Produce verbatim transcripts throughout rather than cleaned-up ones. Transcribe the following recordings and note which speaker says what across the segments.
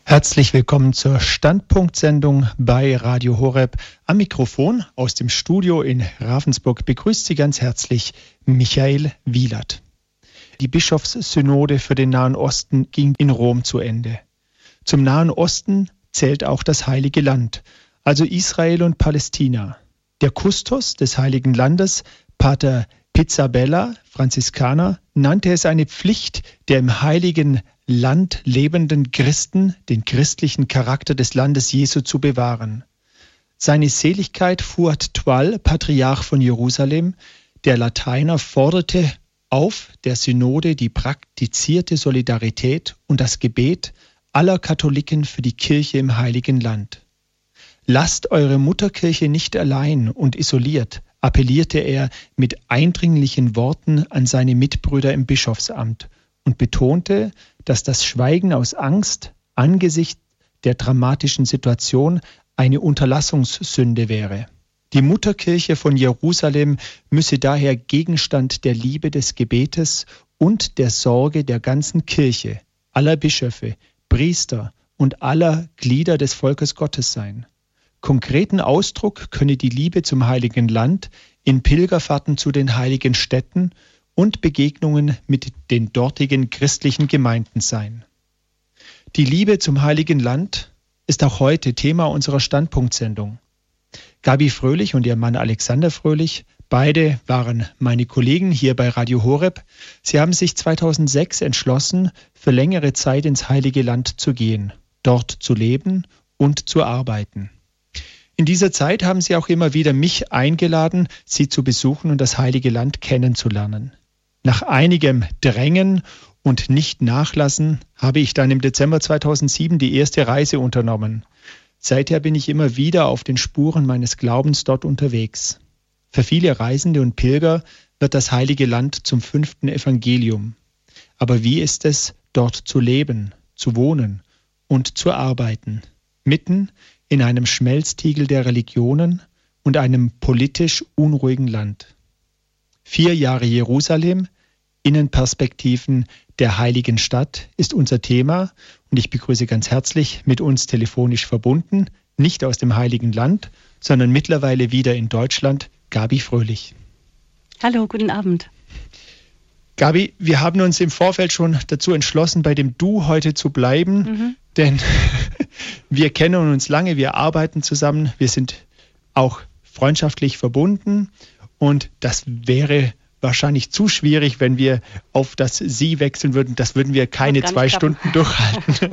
Speaker 1: Herzlich willkommen zur Standpunktsendung bei Radio Horeb. Am Mikrofon aus dem Studio in Ravensburg begrüßt Sie ganz herzlich Michael Wielert. Die Bischofssynode für den Nahen Osten ging in Rom zu Ende. Zum Nahen Osten zählt auch das Heilige Land, also Israel und Palästina. Der Kustos des Heiligen Landes, Pater Pizzabella, Franziskaner, nannte es eine Pflicht der im Heiligen Land lebenden Christen, den christlichen Charakter des Landes Jesu zu bewahren. Seine Seligkeit Fuad Tual, Patriarch von Jerusalem, der Lateiner, forderte auf der Synode die praktizierte Solidarität und das Gebet aller Katholiken für die Kirche im Heiligen Land. Lasst eure Mutterkirche nicht allein und isoliert, appellierte er mit eindringlichen Worten an seine Mitbrüder im Bischofsamt und betonte, dass das Schweigen aus Angst angesichts der dramatischen Situation eine Unterlassungssünde wäre. Die Mutterkirche von Jerusalem müsse daher Gegenstand der Liebe des Gebetes und der Sorge der ganzen Kirche, aller Bischöfe, Priester und aller Glieder des Volkes Gottes sein. Konkreten Ausdruck könne die Liebe zum Heiligen Land in Pilgerfahrten zu den heiligen Städten und Begegnungen mit den dortigen christlichen Gemeinden sein. Die Liebe zum Heiligen Land ist auch heute Thema unserer Standpunktsendung. Gabi Fröhlich und ihr Mann Alexander Fröhlich, beide waren meine Kollegen hier bei Radio Horeb. Sie haben sich zweitausendsechs entschlossen, für längere Zeit ins Heilige Land zu gehen, dort zu leben und zu arbeiten. In dieser Zeit haben sie auch immer wieder mich eingeladen, sie zu besuchen und das Heilige Land kennenzulernen. Nach einigem Drängen und Nicht-Nachlassen habe ich dann im Dezember zweitausendsieben die erste Reise unternommen. Seither bin ich immer wieder auf den Spuren meines Glaubens dort unterwegs. Für viele Reisende und Pilger wird das Heilige Land zum fünften Evangelium. Aber wie ist es, dort zu leben, zu wohnen und zu arbeiten? Mitten in einem Schmelztiegel der Religionen und einem politisch unruhigen Land. Vier Jahre Jerusalem, Innenperspektiven der heiligen Stadt ist unser Thema und ich begrüße ganz herzlich mit uns telefonisch verbunden, nicht aus dem Heiligen Land, sondern mittlerweile wieder in Deutschland, Gabi Fröhlich.
Speaker 2: Hallo, guten Abend.
Speaker 1: Gabi, wir haben uns im Vorfeld schon dazu entschlossen, bei dem Du heute zu bleiben, mhm. denn wir kennen uns lange, wir arbeiten zusammen, wir sind auch freundschaftlich verbunden und das wäre wahrscheinlich zu schwierig, wenn wir auf das Sie wechseln würden. Das würden wir keine zwei Stunden durchhalten.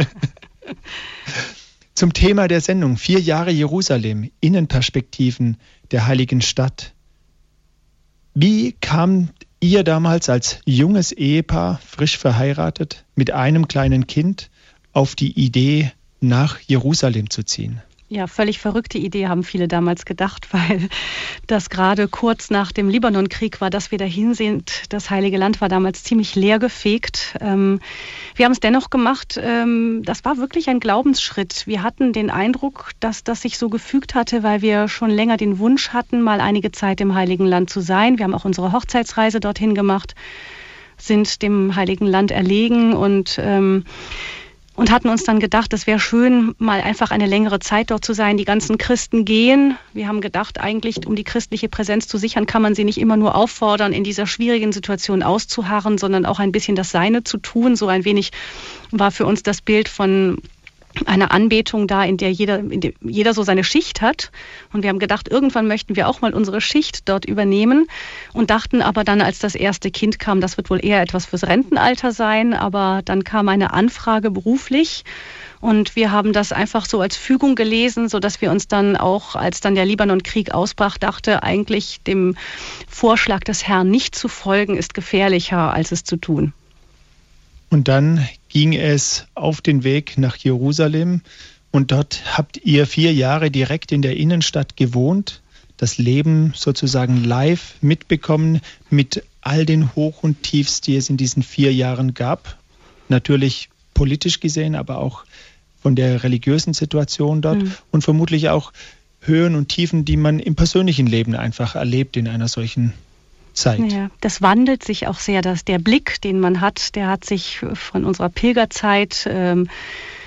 Speaker 1: Zum Thema der Sendung, vier Jahre Jerusalem, Innenperspektiven der heiligen Stadt. Wie kam ihr damals als junges Ehepaar, frisch verheiratet, mit einem kleinen Kind, auf die Idee, nach Jerusalem zu ziehen?
Speaker 2: Ja, völlig verrückte Idee, haben viele damals gedacht, weil das gerade kurz nach dem Libanonkrieg war, dass wir dahin sind. Das Heilige Land war damals ziemlich leergefegt. Ähm, wir haben es dennoch gemacht. Ähm, das war wirklich ein Glaubensschritt. Wir hatten den Eindruck, dass das sich so gefügt hatte, weil wir schon länger den Wunsch hatten, mal einige Zeit im Heiligen Land zu sein. Wir haben auch unsere Hochzeitsreise dorthin gemacht, sind dem Heiligen Land erlegen und ähm, Und hatten uns dann gedacht, es wäre schön, mal einfach eine längere Zeit dort zu sein. Die ganzen Christen gehen. Wir haben gedacht, eigentlich, um die christliche Präsenz zu sichern, kann man sie nicht immer nur auffordern, in dieser schwierigen Situation auszuharren, sondern auch ein bisschen das Seine zu tun. So ein wenig war für uns das Bild von einer Anbetung da, in der jeder, in der jeder so seine Schicht hat. Und wir haben gedacht, irgendwann möchten wir auch mal unsere Schicht dort übernehmen und dachten aber dann, als das erste Kind kam, das wird wohl eher etwas fürs Rentenalter sein. Aber dann kam eine Anfrage beruflich und wir haben das einfach so als Fügung gelesen, sodass wir uns dann auch, als dann der Libanonkrieg ausbrach, dachte, eigentlich dem Vorschlag des Herrn nicht zu folgen, ist gefährlicher, als es zu tun.
Speaker 1: Und dann ging es auf den Weg nach Jerusalem und dort habt ihr vier Jahre direkt in der Innenstadt gewohnt, das Leben sozusagen live mitbekommen mit all den Hoch- und Tiefs, die es in diesen vier Jahren gab. Natürlich politisch gesehen, aber auch von der religiösen Situation dort mhm. und vermutlich auch Höhen und Tiefen, die man im persönlichen Leben einfach erlebt in einer solchen Zeit.
Speaker 2: Ja, das wandelt sich auch sehr. Dass der Blick, den man hat, der hat sich von unserer Pilgerzeit ähm,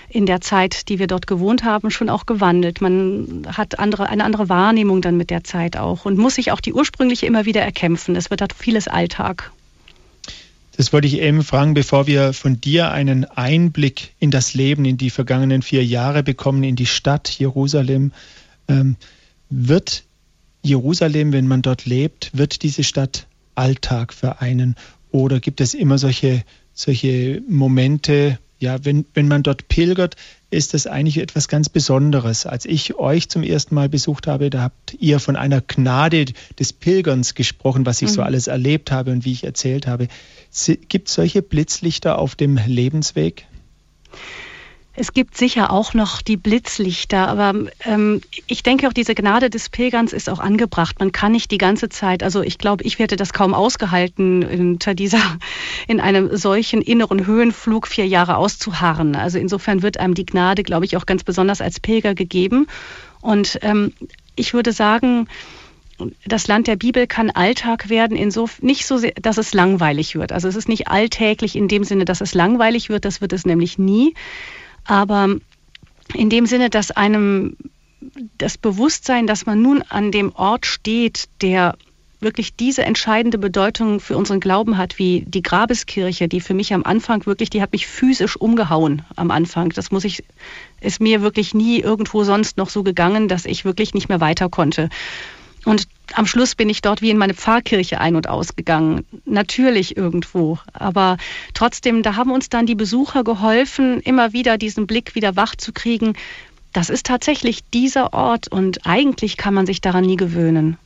Speaker 2: in der Zeit, die wir dort gewohnt haben, schon auch gewandelt. Man hat andere, eine andere Wahrnehmung dann mit der Zeit auch und muss sich auch die ursprüngliche immer wieder erkämpfen. Es wird halt vieles Alltag.
Speaker 1: Das wollte ich eben fragen, bevor wir von dir einen Einblick in das Leben, in die vergangenen vier Jahre bekommen, in die Stadt Jerusalem. Ähm, wird Jerusalem, wenn man dort lebt, wird diese Stadt Alltag für einen? Oder gibt es immer solche, solche Momente, ja, wenn, wenn man dort pilgert, ist das eigentlich etwas ganz Besonderes. Als ich euch zum ersten Mal besucht habe, da habt ihr von einer Gnade des Pilgerns gesprochen, was ich mhm. so alles erlebt habe und wie ich erzählt habe. Gibt es solche Blitzlichter auf dem Lebensweg?
Speaker 2: Es gibt sicher auch noch die Blitzlichter, aber ähm, ich denke auch, diese Gnade des Pilgerns ist auch angebracht. Man kann nicht die ganze Zeit, also ich glaube, ich hätte das kaum ausgehalten, unter dieser, in einem solchen inneren Höhenflug vier Jahre auszuharren. Also insofern wird einem die Gnade, glaube ich, auch ganz besonders als Pilger gegeben. Und ähm, ich würde sagen, das Land der Bibel kann Alltag werden, insofern nicht so sehr, dass es langweilig wird. Also es ist nicht alltäglich in dem Sinne, dass es langweilig wird, das wird es nämlich nie. Aber in dem Sinne, dass einem das Bewusstsein, dass man nun an dem Ort steht, der wirklich diese entscheidende Bedeutung für unseren Glauben hat, wie die Grabeskirche, die für mich am Anfang wirklich, die hat mich physisch umgehauen am Anfang. Das muss ich, ist mir wirklich nie irgendwo sonst noch so gegangen, dass ich wirklich nicht mehr weiter konnte. Und am Schluss bin ich dort wie in meine Pfarrkirche ein- und ausgegangen. Natürlich irgendwo. Aber trotzdem, da haben uns dann die Besucher geholfen, immer wieder diesen Blick wieder wach zu kriegen. Das ist tatsächlich dieser Ort und eigentlich kann man sich daran nie gewöhnen.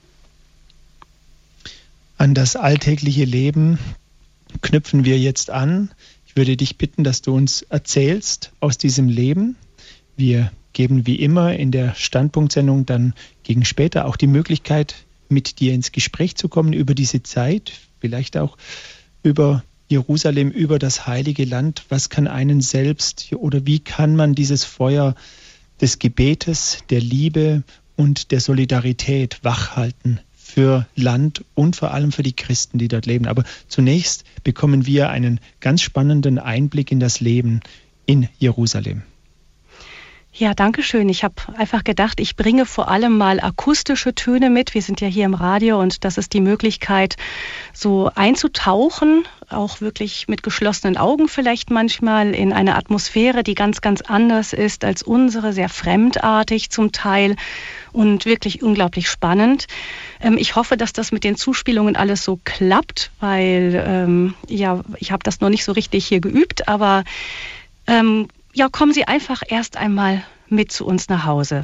Speaker 1: An das alltägliche Leben knüpfen wir jetzt an. Ich würde dich bitten, dass du uns erzählst aus diesem Leben. Wir geben wie immer in der Standpunktsendung dann gegen später auch die Möglichkeit, mit dir ins Gespräch zu kommen über diese Zeit, vielleicht auch über Jerusalem, über das Heilige Land. Was kann einen selbst oder wie kann man dieses Feuer des Gebetes, der Liebe und der Solidarität wachhalten für Land und vor allem für die Christen, die dort leben? Aber zunächst bekommen wir einen ganz spannenden Einblick in das Leben in Jerusalem.
Speaker 2: Ja, danke schön. Ich habe einfach gedacht, ich bringe vor allem mal akustische Töne mit. Wir sind ja hier im Radio und das ist die Möglichkeit, so einzutauchen, auch wirklich mit geschlossenen Augen vielleicht manchmal in eine Atmosphäre, die ganz, ganz anders ist als unsere, sehr fremdartig zum Teil und wirklich unglaublich spannend. Ähm, ich hoffe, dass das mit den Zuspielungen alles so klappt, weil ähm, ja, ich habe das noch nicht so richtig hier geübt, aber ähm, ja, kommen Sie einfach erst einmal mit zu uns nach Hause.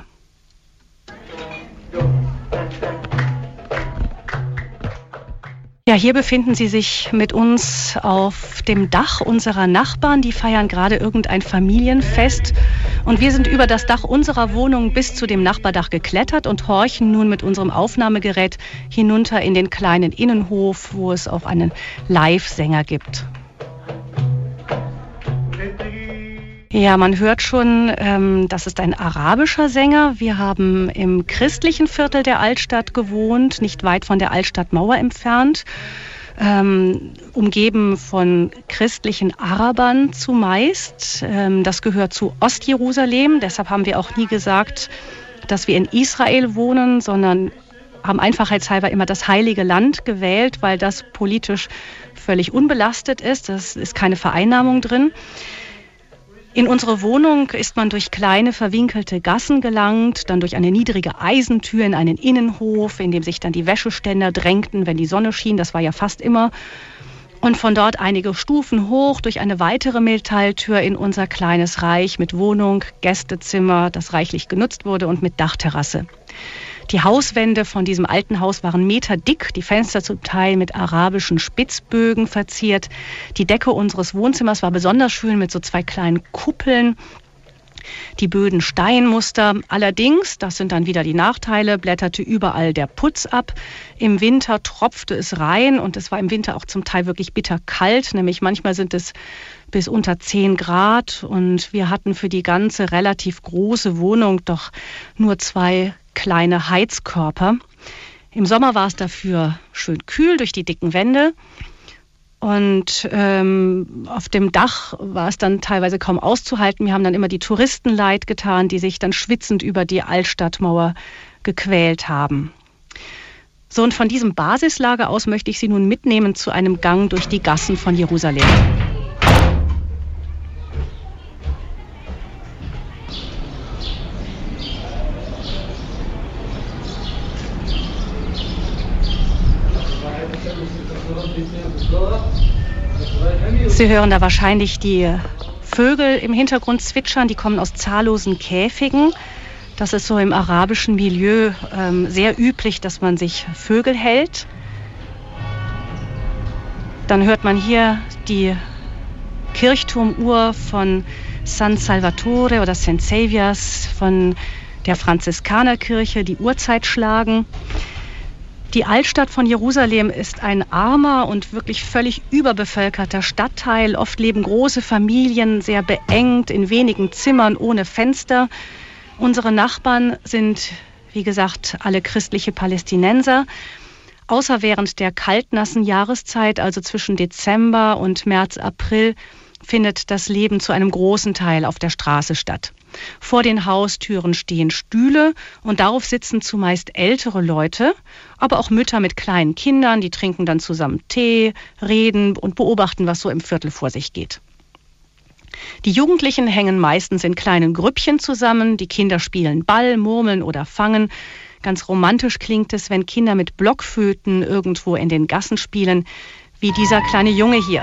Speaker 2: Ja, hier befinden Sie sich mit uns auf dem Dach unserer Nachbarn. Die feiern gerade irgendein Familienfest. Und wir sind über das Dach unserer Wohnung bis zu dem Nachbardach geklettert und horchen nun mit unserem Aufnahmegerät hinunter in den kleinen Innenhof, wo es auch einen Live-Sänger gibt. Ja, man hört schon, ähm, das ist ein arabischer Sänger. Wir haben im christlichen Viertel der Altstadt gewohnt, nicht weit von der Altstadtmauer entfernt, ähm, umgeben von christlichen Arabern zumeist. Ähm, das gehört zu Ostjerusalem, deshalb haben wir auch nie gesagt, dass wir in Israel wohnen, sondern haben einfachheitshalber immer das Heilige Land gewählt, weil das politisch völlig unbelastet ist. Das ist keine Vereinnahmung drin. In unsere Wohnung ist man durch kleine verwinkelte Gassen gelangt, dann durch eine niedrige Eisentür in einen Innenhof, in dem sich dann die Wäscheständer drängten, wenn die Sonne schien, das war ja fast immer. Und von dort einige Stufen hoch durch eine weitere Metalltür in unser kleines Reich mit Wohnung, Gästezimmer, das reichlich genutzt wurde und mit Dachterrasse. Die Hauswände von diesem alten Haus waren meterdick, die Fenster zum Teil mit arabischen Spitzbögen verziert. Die Decke unseres Wohnzimmers war besonders schön mit so zwei kleinen Kuppeln. Die Böden Steinmuster. Allerdings, das sind dann wieder die Nachteile, blätterte überall der Putz ab. Im Winter tropfte es rein und es war im Winter auch zum Teil wirklich bitterkalt, nämlich manchmal sind es bis unter zehn Grad und wir hatten für die ganze relativ große Wohnung doch nur zwei kleine Heizkörper. Im Sommer war es dafür schön kühl durch die dicken Wände. Und ähm, auf dem Dach war es dann teilweise kaum auszuhalten. Wir haben dann immer die Touristen leid getan, die sich dann schwitzend über die Altstadtmauer gequält haben. So, und von diesem Basislager aus möchte ich Sie nun mitnehmen zu einem Gang durch die Gassen von Jerusalem. Sie hören da wahrscheinlich die Vögel im Hintergrund zwitschern, die kommen aus zahllosen Käfigen. Das ist so im arabischen Milieu ähm, sehr üblich, dass man sich Vögel hält. Dann hört man hier die Kirchturmuhr von San Salvatore oder Saint Saviours von der Franziskanerkirche, die Uhrzeit schlagen. Die Altstadt von Jerusalem ist ein armer und wirklich völlig überbevölkerter Stadtteil. Oft leben große Familien sehr beengt in wenigen Zimmern ohne Fenster. Unsere Nachbarn sind, wie gesagt, alle christliche Palästinenser. Außer während der kaltnassen Jahreszeit, also zwischen Dezember und März, April, findet das Leben zu einem großen Teil auf der Straße statt. Vor den Haustüren stehen Stühle und darauf sitzen zumeist ältere Leute, aber auch Mütter mit kleinen Kindern, die trinken dann zusammen Tee, reden und beobachten, was so im Viertel vor sich geht. Die Jugendlichen hängen meistens in kleinen Grüppchen zusammen, die Kinder spielen Ball, murmeln oder fangen. Ganz romantisch klingt es, wenn Kinder mit Blockflöten irgendwo in den Gassen spielen, wie dieser kleine Junge hier.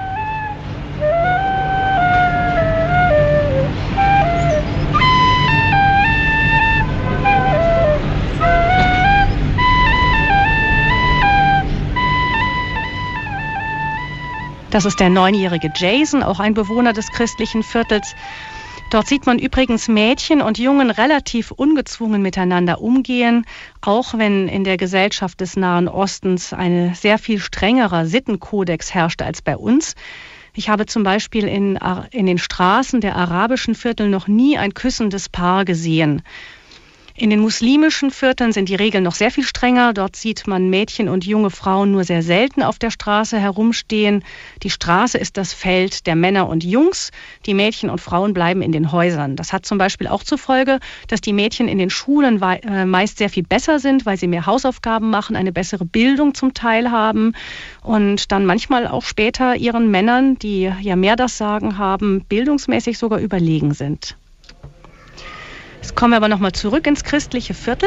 Speaker 2: Das ist der neunjährige Jason, auch ein Bewohner des christlichen Viertels. Dort sieht man übrigens Mädchen und Jungen relativ ungezwungen miteinander umgehen, auch wenn in der Gesellschaft des Nahen Ostens ein sehr viel strengerer Sittenkodex herrscht als bei uns. Ich habe zum Beispiel in, in den Straßen der arabischen Viertel noch nie ein küssendes Paar gesehen. In den muslimischen Vierteln sind die Regeln noch sehr viel strenger. Dort sieht man Mädchen und junge Frauen nur sehr selten auf der Straße herumstehen. Die Straße ist das Feld der Männer und Jungs. Die Mädchen und Frauen bleiben in den Häusern. Das hat zum Beispiel auch zur Folge, dass die Mädchen in den Schulen meist sehr viel besser sind, weil sie mehr Hausaufgaben machen, eine bessere Bildung zum Teil haben und dann manchmal auch später ihren Männern, die ja mehr das Sagen haben, bildungsmäßig sogar überlegen sind. Jetzt kommen wir aber nochmal zurück ins christliche Viertel.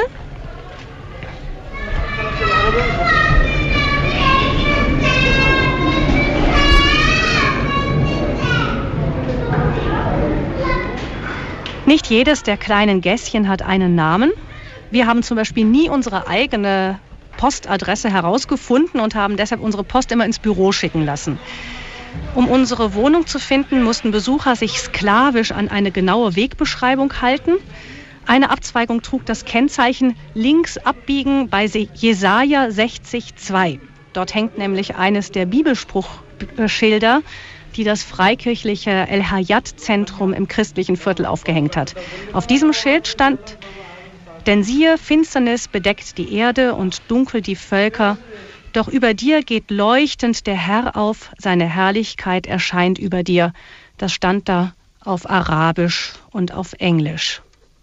Speaker 2: Nicht jedes der kleinen Gässchen hat einen Namen. Wir haben zum Beispiel nie unsere eigene Postadresse herausgefunden und haben deshalb unsere Post immer ins Büro schicken lassen. Um unsere Wohnung zu finden, mussten Besucher sich sklavisch an eine genaue Wegbeschreibung halten. Eine Abzweigung trug das Kennzeichen links abbiegen bei Jesaja sechzig zwei. Dort hängt nämlich eines der Bibelspruchschilder, die das freikirchliche El-Hayat-Zentrum im christlichen Viertel aufgehängt hat. Auf diesem Schild stand: Denn siehe, Finsternis bedeckt die Erde und dunkel die Völker. Doch über dir geht leuchtend der Herr auf, seine Herrlichkeit erscheint über dir. Das stand da auf Arabisch und auf Englisch.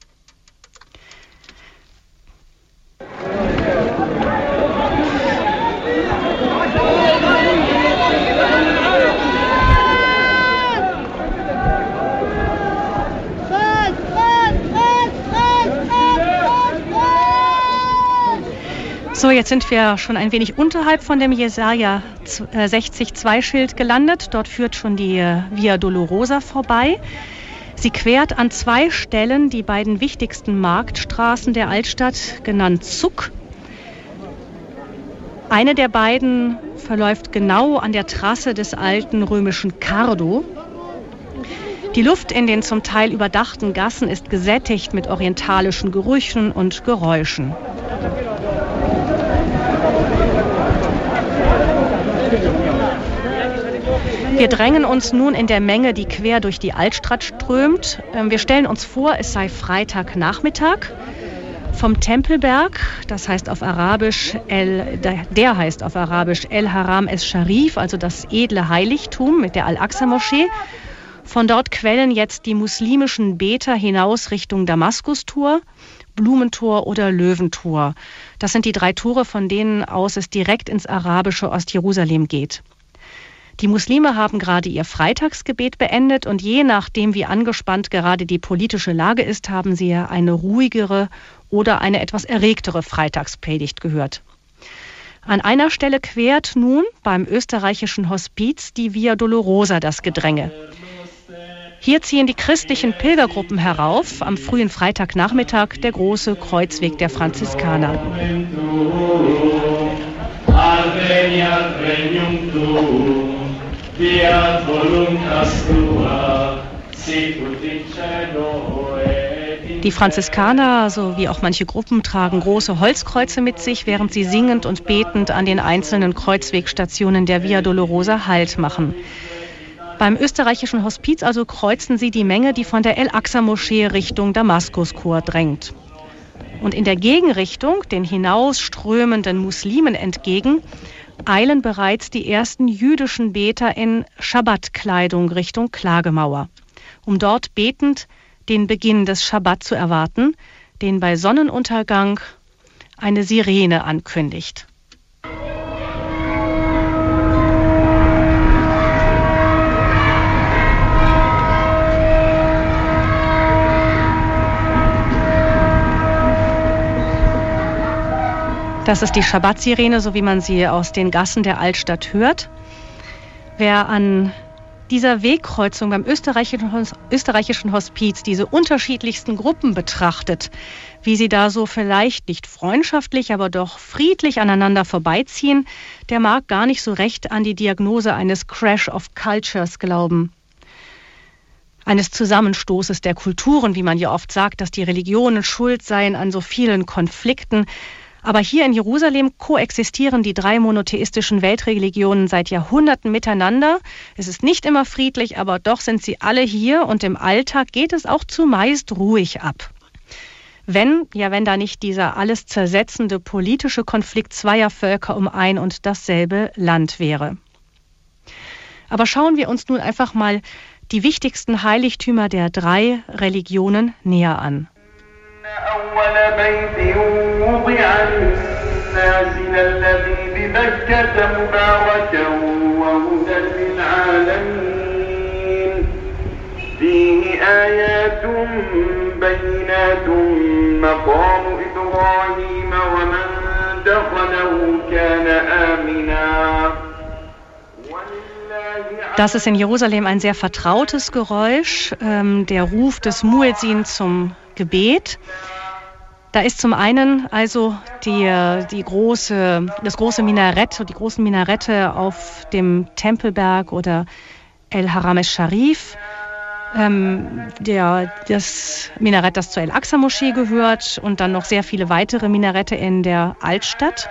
Speaker 2: So, jetzt sind wir schon ein wenig unterhalb von dem Jesaja sechzig zwei Schild gelandet. Dort führt schon die Via Dolorosa vorbei. Sie quert an zwei Stellen die beiden wichtigsten Marktstraßen der Altstadt, genannt Zuk. Eine der beiden verläuft genau an der Trasse des alten römischen Cardo. Die Luft in den zum Teil überdachten Gassen ist gesättigt mit orientalischen Gerüchen und Geräuschen. Wir drängen uns nun in der Menge, die quer durch die Altstadt strömt. Wir stellen uns vor, es sei Freitagnachmittag Vom Tempelberg, das heißt auf Arabisch, El, der heißt auf Arabisch El Haram es Sharif, also das edle Heiligtum mit der Al-Aqsa-Moschee. Von dort quellen jetzt die muslimischen Beter hinaus Richtung Damaskustor, Blumentor oder Löwentor. Das sind die drei Tore, von denen aus es direkt ins arabische Ostjerusalem geht. Die Muslime haben gerade ihr Freitagsgebet beendet und je nachdem, wie angespannt gerade die politische Lage ist, haben sie eine ruhigere oder eine etwas erregtere Freitagspredigt gehört. An einer Stelle quert nun beim österreichischen Hospiz die Via Dolorosa das Gedränge. Hier ziehen die christlichen Pilgergruppen herauf, am frühen Freitagnachmittag der große Kreuzweg der Franziskaner. Die Franziskaner, so wie auch manche Gruppen, tragen große Holzkreuze mit sich, während sie singend und betend an den einzelnen Kreuzwegstationen der Via Dolorosa Halt machen. Beim österreichischen Hospiz also kreuzen sie die Menge, die von der El-Aqsa-Moschee Richtung Damaskuschor drängt. Und in der Gegenrichtung, den hinausströmenden Muslimen entgegen, eilen bereits die ersten jüdischen Beter in Schabbatkleidung Richtung Klagemauer, um dort betend den Beginn des Schabbat zu erwarten, den bei Sonnenuntergang eine Sirene ankündigt. Das ist die Schabbat-Sirene, so wie man sie aus den Gassen der Altstadt hört. Wer an dieser Wegkreuzung beim österreichischen Hospiz diese unterschiedlichsten Gruppen betrachtet, wie sie da so vielleicht nicht freundschaftlich, aber doch friedlich aneinander vorbeiziehen, der mag gar nicht so recht an die Diagnose eines Crash of Cultures glauben. Eines Zusammenstoßes der Kulturen, wie man ja oft sagt, dass die Religionen schuld seien an so vielen Konflikten. Aber hier in Jerusalem koexistieren die drei monotheistischen Weltreligionen seit Jahrhunderten miteinander. Es ist nicht immer friedlich, aber doch sind sie alle hier und im Alltag geht es auch zumeist ruhig ab. Wenn, ja wenn da nicht dieser alles zersetzende politische Konflikt zweier Völker um ein und dasselbe Land wäre. Aber schauen wir uns nun einfach mal die wichtigsten Heiligtümer der drei Religionen näher an.
Speaker 3: أول بيت وضع للناس الذي ببكة مباركا وهدى للعالمين فيه آيات بينات مقام إبراهيم ومن دخله كان آمنا.
Speaker 2: Das ist in Jerusalem ein sehr vertrautes Geräusch, ähm, der Ruf des Muezzin zum Gebet. Da ist zum einen also die, die große, das große Minarett, die großen Minarette auf dem Tempelberg oder El Haram es Sharif, ähm, der, das Minarett, das zur El-Aqsa-Moschee gehört und dann noch sehr viele weitere Minarette in der Altstadt.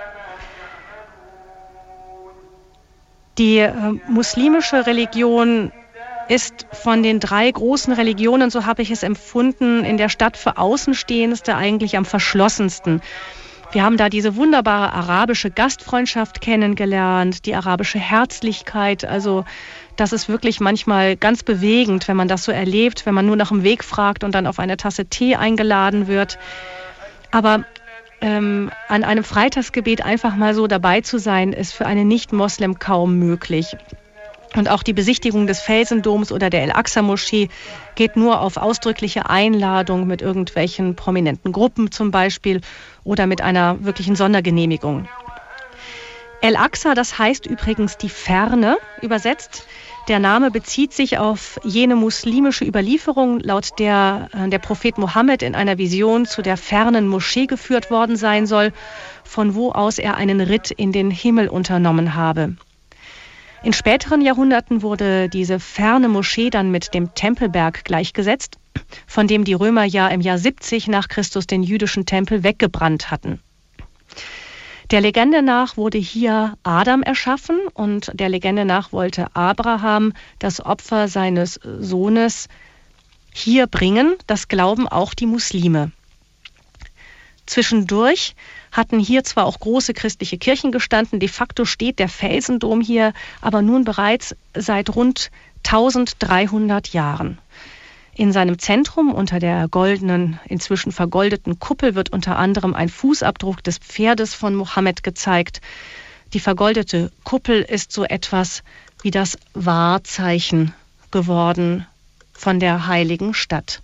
Speaker 2: Die äh, muslimische Religion ist von den drei großen Religionen, so habe ich es empfunden, in der Stadt für Außenstehendste eigentlich am verschlossensten. Wir haben da diese wunderbare arabische Gastfreundschaft kennengelernt, die arabische Herzlichkeit. Also das ist wirklich manchmal ganz bewegend, wenn man das so erlebt, wenn man nur nach dem Weg fragt und dann auf eine Tasse Tee eingeladen wird. Aber ähm, an einem Freitagsgebet einfach mal so dabei zu sein, ist für einen Nicht-Moslem kaum möglich. Und auch die Besichtigung des Felsendoms oder der El-Aqsa-Moschee geht nur auf ausdrückliche Einladung mit irgendwelchen prominenten Gruppen zum Beispiel oder mit einer wirklichen Sondergenehmigung. El-Aqsa, das heißt übrigens die Ferne übersetzt. Der Name bezieht sich auf jene muslimische Überlieferung, laut der der Prophet Mohammed in einer Vision zu der fernen Moschee geführt worden sein soll, von wo aus er einen Ritt in den Himmel unternommen habe. In späteren Jahrhunderten wurde diese ferne Moschee dann mit dem Tempelberg gleichgesetzt, von dem die Römer ja im Jahr siebzig nach Christus den jüdischen Tempel weggebrannt hatten. Der Legende nach wurde hier Adam erschaffen und der Legende nach wollte Abraham das Opfer seines Sohnes hier bringen. Das glauben auch die Muslime. Zwischendurch hatten hier zwar auch große christliche Kirchen gestanden, de facto steht der Felsendom hier aber nun bereits seit rund dreizehnhundert Jahren. In seinem Zentrum unter der goldenen, inzwischen vergoldeten Kuppel wird unter anderem ein Fußabdruck des Pferdes von Mohammed gezeigt. Die vergoldete Kuppel ist so etwas wie das Wahrzeichen geworden von der heiligen Stadt.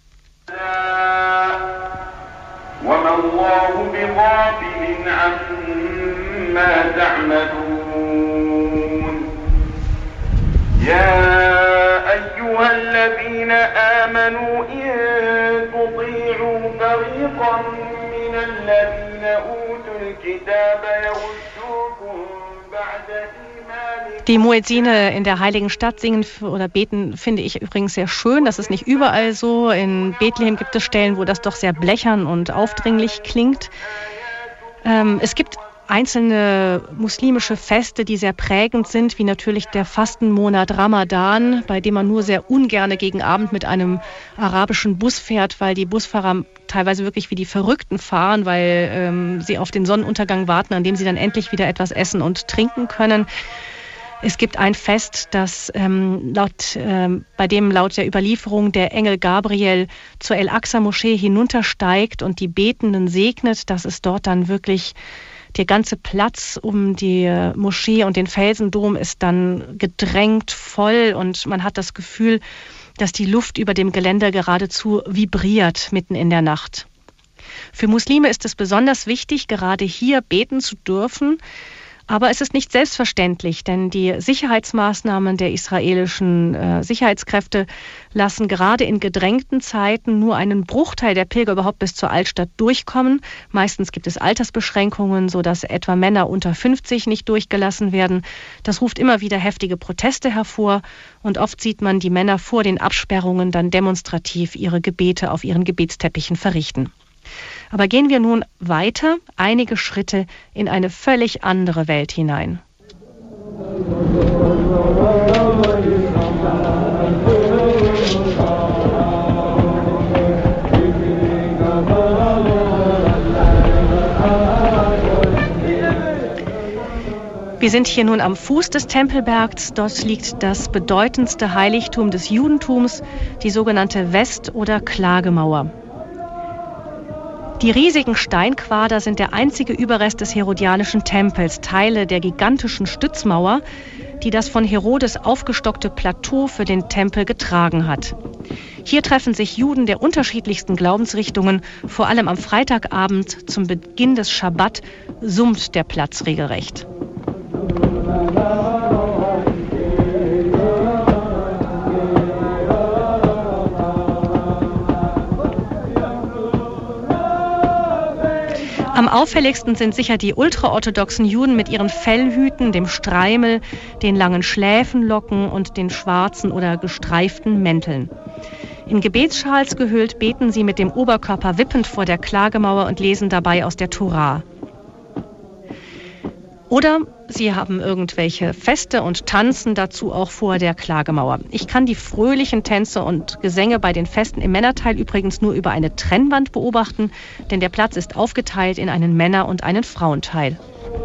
Speaker 3: يا أيها الذين آمنوا إن تطيعوا فريقا من الذين أوتوا الكتاب يردوكم بعد إيمانكم.
Speaker 2: Die Muezzine in der heiligen Stadt singen oder beten finde ich übrigens sehr schön. Das ist nicht überall so. In Bethlehem gibt es Stellen, wo das doch sehr blechern und aufdringlich klingt. Ähm, es gibt einzelne muslimische Feste, die sehr prägend sind, wie natürlich der Fastenmonat Ramadan, bei dem man nur sehr ungerne gegen Abend mit einem arabischen Bus fährt, weil die Busfahrer teilweise wirklich wie die Verrückten fahren, weil ähm, sie auf den Sonnenuntergang warten, an dem sie dann endlich wieder etwas essen und trinken können. Es gibt ein Fest, das ähm, laut, ähm, bei dem laut der Überlieferung der Engel Gabriel zur El-Aqsa-Moschee hinuntersteigt und die Betenden segnet, dass es dort dann wirklich der ganze Platz um die Moschee und den Felsendom ist dann gedrängt voll und man hat das Gefühl, dass die Luft über dem Geländer geradezu vibriert mitten in der Nacht. Für Muslime ist es besonders wichtig, gerade hier beten zu dürfen. Aber es ist nicht selbstverständlich, denn die Sicherheitsmaßnahmen der israelischen äh, Sicherheitskräfte lassen gerade in gedrängten Zeiten nur einen Bruchteil der Pilger überhaupt bis zur Altstadt durchkommen. Meistens gibt es Altersbeschränkungen, sodass etwa Männer unter fünfzig nicht durchgelassen werden. Das ruft immer wieder heftige Proteste hervor und oft sieht man die Männer vor den Absperrungen dann demonstrativ ihre Gebete auf ihren Gebetsteppichen verrichten. Aber gehen wir nun weiter, einige Schritte in eine völlig andere Welt hinein. Wir sind hier nun am Fuß des Tempelbergs. Dort liegt das bedeutendste Heiligtum des Judentums, die sogenannte West- oder Klagemauer. Die riesigen Steinquader sind der einzige Überrest des herodianischen Tempels, Teile der gigantischen Stützmauer, die das von Herodes aufgestockte Plateau für den Tempel getragen hat. Hier treffen sich Juden der unterschiedlichsten Glaubensrichtungen, vor allem am Freitagabend zum Beginn des Schabbat summt der Platz regelrecht. Am auffälligsten sind sicher die ultraorthodoxen Juden mit ihren Fellhüten, dem Streimel, den langen Schläfenlocken und den schwarzen oder gestreiften Mänteln. In Gebetsschals gehüllt beten sie mit dem Oberkörper wippend vor der Klagemauer und lesen dabei aus der Tora. Oder sie haben irgendwelche Feste und tanzen dazu auch vor der Klagemauer. Ich kann die fröhlichen Tänze und Gesänge bei den Festen im Männerteil übrigens nur über eine Trennwand beobachten, denn der Platz ist aufgeteilt in einen Männer- und einen Frauenteil.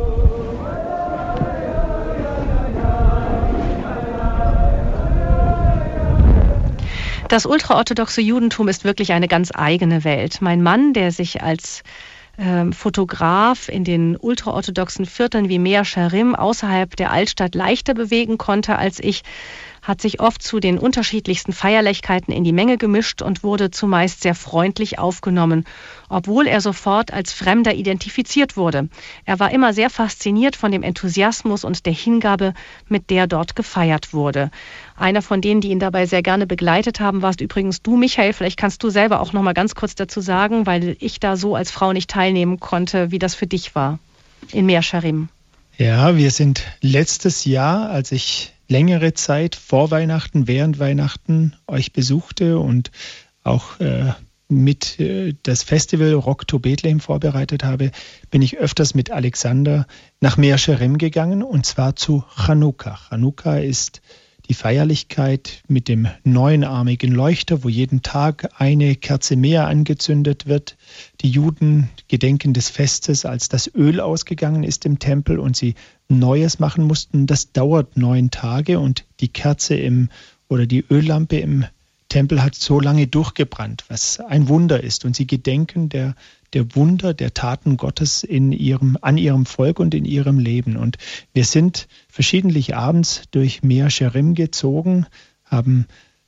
Speaker 2: Das ultraorthodoxe Judentum ist wirklich eine ganz eigene Welt. Mein Mann, der sich als Fotograf in den ultraorthodoxen Vierteln wie Mea Shearim außerhalb der Altstadt leichter bewegen konnte als ich, hat sich oft zu den unterschiedlichsten Feierlichkeiten in die Menge gemischt und wurde zumeist sehr freundlich aufgenommen, obwohl er sofort als Fremder identifiziert wurde. Er war immer sehr fasziniert von dem Enthusiasmus und der Hingabe, mit der dort gefeiert wurde. Einer von denen, die ihn dabei sehr gerne begleitet haben, warst übrigens du, Michael. Vielleicht kannst du selber auch noch mal ganz kurz dazu sagen, weil ich da so als Frau nicht teilnehmen konnte, wie das für dich war in Mea Shearim.
Speaker 1: Ja, wir sind letztes Jahr, als ich längere Zeit vor Weihnachten, während Weihnachten euch besuchte und auch äh, mit äh, das Festival Rock to Bethlehem vorbereitet habe, bin ich öfters mit Alexander nach Mea Shearim gegangen und zwar zu Chanukka. Chanukka ist die Feierlichkeit mit dem neunarmigen Leuchter, wo jeden Tag eine Kerze mehr angezündet wird. Die Juden gedenken des Festes, als das Öl ausgegangen ist im Tempel und sie Neues machen mussten. Das dauert neun Tage und die Kerze im oder die Öllampe im Tempel hat so lange durchgebrannt, was ein Wunder ist. Und sie gedenken der, der Wunder, der Taten Gottes in ihrem, an ihrem Volk und in ihrem Leben. Und wir sind verschiedentlich abends durch Mea Shearim gezogen, haben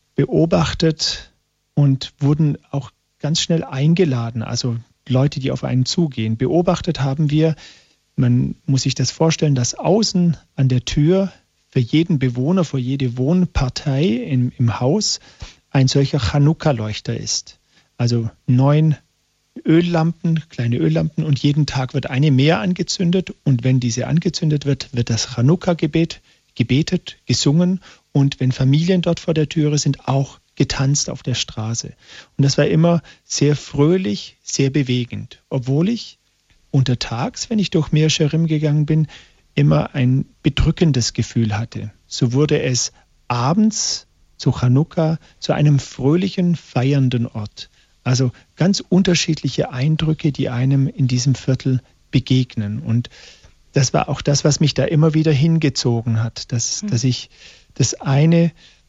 Speaker 1: beobachtet und wurden auch ganz schnell eingeladen, also Leute, die auf einen zugehen. Beobachtet haben wir, man muss sich das vorstellen, dass außen an der Tür für jeden Bewohner, für jede Wohnpartei im, im Haus ein solcher Chanukka-Leuchter ist. Also neun Öllampen, kleine Öllampen und jeden Tag wird eine mehr angezündet und wenn diese angezündet wird, wird das Chanukka-Gebet gebetet, gesungen und wenn Familien dort vor der Türe sind, auch getanzt auf der Straße. Und das war immer sehr fröhlich, sehr bewegend, obwohl ich untertags, wenn ich durch Mea Shearim gegangen bin, immer ein bedrückendes Gefühl hatte. So wurde es abends zu Chanukka zu einem fröhlichen, feiernden Ort. Also ganz unterschiedliche Eindrücke, die einem in diesem Viertel begegnen. Und das war auch das, was mich da immer wieder hingezogen hat, dass, mhm. dass ich das eine,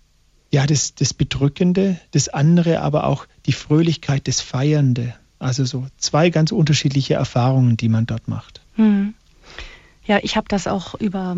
Speaker 1: ja, das, das Bedrückende, das andere aber auch die Fröhlichkeit, das Feiernde. Also so zwei ganz unterschiedliche Erfahrungen, die man dort macht.
Speaker 2: Mhm. Ja, ich habe das auch über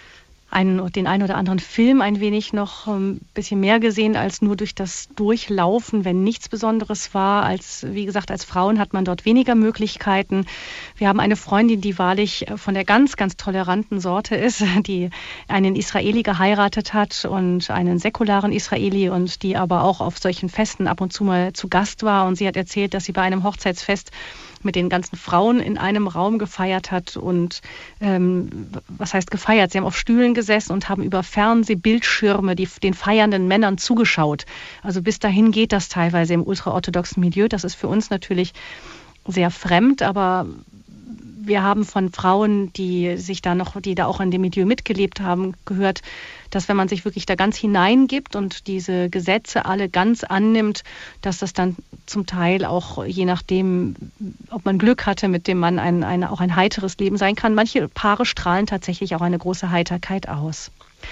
Speaker 2: einen, den einen oder anderen Film ein wenig noch ein bisschen mehr gesehen als nur durch das Durchlaufen, wenn nichts Besonderes war. Als, wie gesagt, als Frauen hat man dort weniger Möglichkeiten. Wir haben eine Freundin, die wahrlich von der ganz, ganz toleranten Sorte ist, die einen Israeli geheiratet hat und einen säkularen Israeli und die aber auch auf solchen Festen ab und zu mal zu Gast war. Und sie hat erzählt, dass sie bei einem Hochzeitsfest mit den ganzen Frauen in einem Raum gefeiert hat und ähm, was heißt gefeiert? Sie haben auf Stühlen gesessen und haben über Fernsehbildschirme die, den feiernden Männern zugeschaut. Also bis dahin geht das teilweise im ultraorthodoxen Milieu. Das ist für uns natürlich sehr fremd, aber wir haben von Frauen, die sich da noch, die da auch in dem Milieu mitgelebt haben, gehört, dass wenn man sich wirklich da ganz hineingibt und diese Gesetze alle ganz annimmt, dass das dann zum Teil auch, je nachdem, ob man Glück hatte mit dem Mann, ein, ein, auch ein heiteres Leben sein kann. Manche Paare strahlen tatsächlich auch eine große Heiterkeit aus.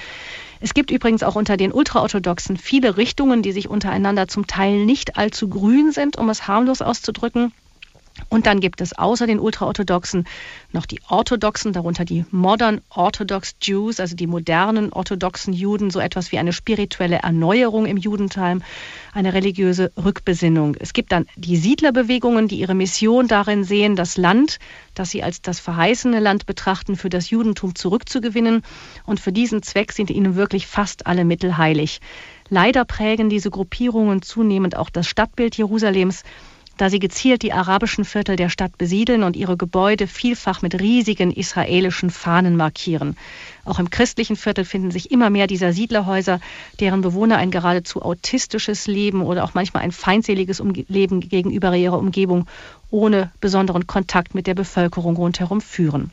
Speaker 2: Es gibt übrigens auch unter den Ultraorthodoxen viele Richtungen, die sich untereinander zum Teil nicht allzu grün sind, um es harmlos auszudrücken. Und dann gibt es außer den Ultraorthodoxen noch die Orthodoxen, darunter die Modern Orthodox Jews, also die modernen orthodoxen Juden, so etwas wie eine spirituelle Erneuerung im Judentum, eine religiöse Rückbesinnung. Es gibt dann die Siedlerbewegungen, die ihre Mission darin sehen, das Land, das sie als das verheißene Land betrachten, für das Judentum zurückzugewinnen. Und für diesen Zweck sind ihnen wirklich fast alle Mittel heilig. Leider prägen diese Gruppierungen zunehmend auch das Stadtbild Jerusalems, da sie gezielt die arabischen Viertel der Stadt besiedeln und ihre Gebäude vielfach mit riesigen israelischen Fahnen markieren. Auch im christlichen Viertel finden sich immer mehr dieser Siedlerhäuser, deren Bewohner ein geradezu autistisches Leben oder auch manchmal ein feindseliges Leben gegenüber ihrer Umgebung ohne besonderen Kontakt mit der Bevölkerung rundherum führen.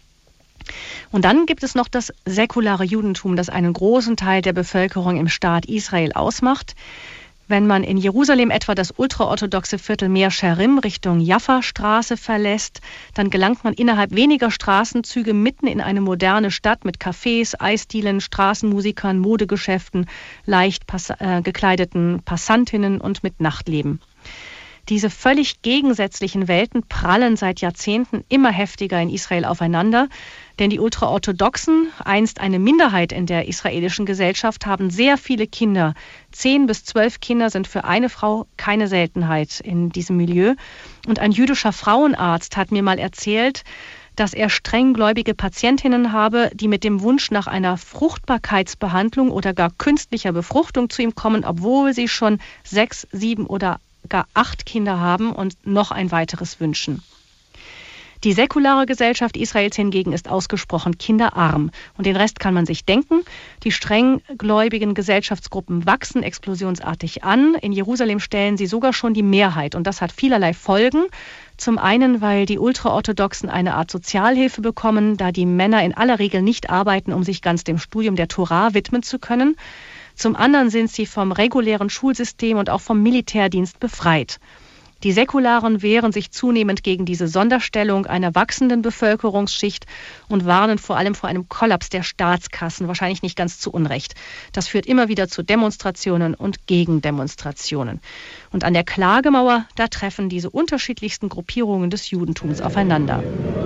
Speaker 2: Und dann gibt es noch das säkulare Judentum, das einen großen Teil der Bevölkerung im Staat Israel ausmacht. Wenn man in Jerusalem etwa das ultraorthodoxe Viertel Mea Shearim Richtung Jaffa-Straße verlässt, dann gelangt man innerhalb weniger Straßenzüge mitten in eine moderne Stadt mit Cafés, Eisdielen, Straßenmusikern, Modegeschäften, leicht pass- äh, gekleideten Passantinnen und mit Nachtleben. Diese völlig gegensätzlichen Welten prallen seit Jahrzehnten immer heftiger in Israel aufeinander, denn die Ultraorthodoxen, einst eine Minderheit in der israelischen Gesellschaft, haben sehr viele Kinder. Zehn bis zwölf Kinder sind für eine Frau keine Seltenheit in diesem Milieu. Und ein jüdischer Frauenarzt hat mir mal erzählt, dass er strenggläubige Patientinnen habe, die mit dem Wunsch nach einer Fruchtbarkeitsbehandlung oder gar künstlicher Befruchtung zu ihm kommen, obwohl sie schon sechs, sieben oder gar acht Kinder haben und noch ein weiteres wünschen. Die säkulare Gesellschaft Israels hingegen ist ausgesprochen kinderarm. Und den Rest kann man sich denken. Die strenggläubigen Gesellschaftsgruppen wachsen explosionsartig an. In Jerusalem stellen sie sogar schon die Mehrheit. Und das hat vielerlei Folgen. Zum einen, weil die Ultraorthodoxen eine Art Sozialhilfe bekommen, da die Männer in aller Regel nicht arbeiten, um sich ganz dem Studium der Tora widmen zu können. Zum anderen sind sie vom regulären Schulsystem und auch vom Militärdienst befreit. Die Säkularen wehren sich zunehmend gegen diese Sonderstellung einer wachsenden Bevölkerungsschicht und warnen vor allem vor einem Kollaps der Staatskassen, wahrscheinlich nicht ganz zu Unrecht. Das führt immer wieder zu Demonstrationen und Gegendemonstrationen. Und an der Klagemauer, da treffen diese unterschiedlichsten Gruppierungen des Judentums aufeinander.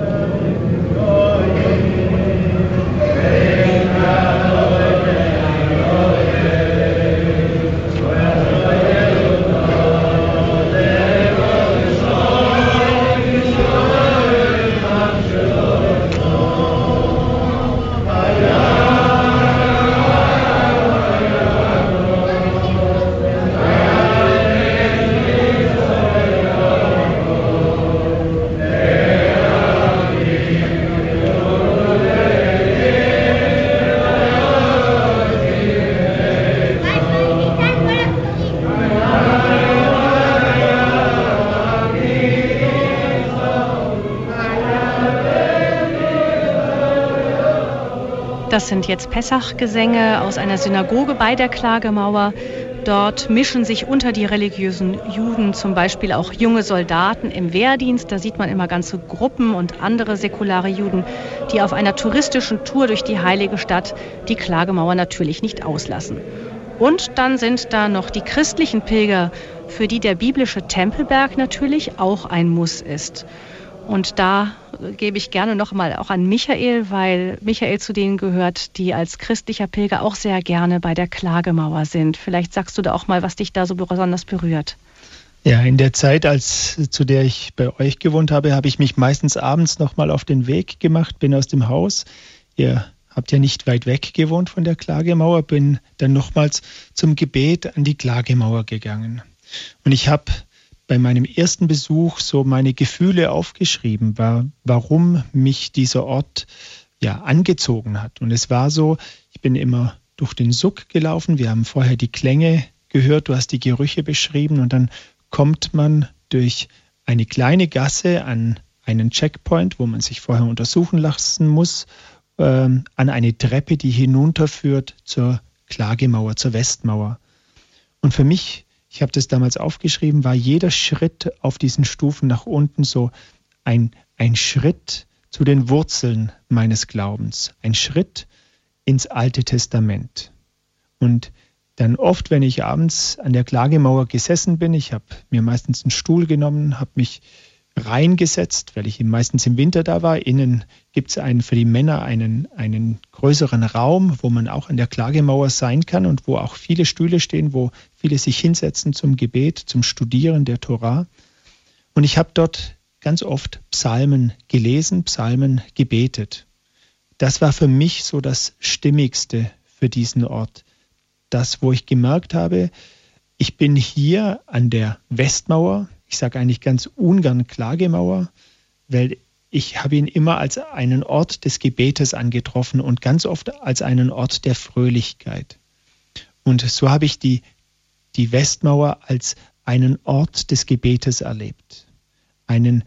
Speaker 2: Das sind jetzt Pessachgesänge aus einer Synagoge bei der Klagemauer. Dort mischen sich unter die religiösen Juden zum Beispiel auch junge Soldaten im Wehrdienst. Da sieht man immer ganze Gruppen und andere säkulare Juden, die auf einer touristischen Tour durch die heilige Stadt die Klagemauer natürlich nicht auslassen. Und dann sind da noch die christlichen Pilger, für die der biblische Tempelberg natürlich auch ein Muss ist. Und da gebe ich gerne noch mal auch an Michael, weil Michael zu denen gehört, die als christlicher Pilger auch sehr gerne bei der Klagemauer sind. Vielleicht sagst du da auch mal, was dich da so besonders berührt.
Speaker 1: Ja, in der Zeit, als zu der ich bei euch gewohnt habe, habe ich mich meistens abends noch mal auf den Weg gemacht, bin aus dem Haus. Ihr habt ja nicht weit weg gewohnt von der Klagemauer, bin dann nochmals zum Gebet an die Klagemauer gegangen. Und ich habe bei meinem ersten Besuch so meine Gefühle aufgeschrieben, war, warum mich dieser Ort ja angezogen hat. Und es war so, ich bin immer durch den Suck gelaufen, wir haben vorher die Klänge gehört, du hast die Gerüche beschrieben und dann kommt man durch eine kleine Gasse an einen Checkpoint, wo man sich vorher untersuchen lassen muss, äh, an eine Treppe, die hinunterführt zur Klagemauer, zur Westmauer. Und für mich, ich habe das damals aufgeschrieben, war jeder Schritt auf diesen Stufen nach unten so ein, ein Schritt zu den Wurzeln meines Glaubens, ein Schritt ins Alte Testament. Und dann oft, wenn ich abends an der Klagemauer gesessen bin, ich habe mir meistens einen Stuhl genommen, habe mich reingesetzt, weil ich meistens im Winter da war. Innen gibt es einen, für die Männer einen, einen größeren Raum, wo man auch an der Klagemauer sein kann und wo auch viele Stühle stehen, wo viele sich hinsetzen zum Gebet, zum Studieren der Tora. Und ich habe dort ganz oft Psalmen gelesen, Psalmen gebetet. Das war für mich so das Stimmigste für diesen Ort. Das, wo ich gemerkt habe, ich bin hier an der Westmauer. Ich sage eigentlich ganz ungern Klagemauer, weil ich habe ihn immer als einen Ort des Gebetes angetroffen und ganz oft als einen Ort der Fröhlichkeit. Und so habe ich die, die Westmauer als einen Ort des Gebetes erlebt, einen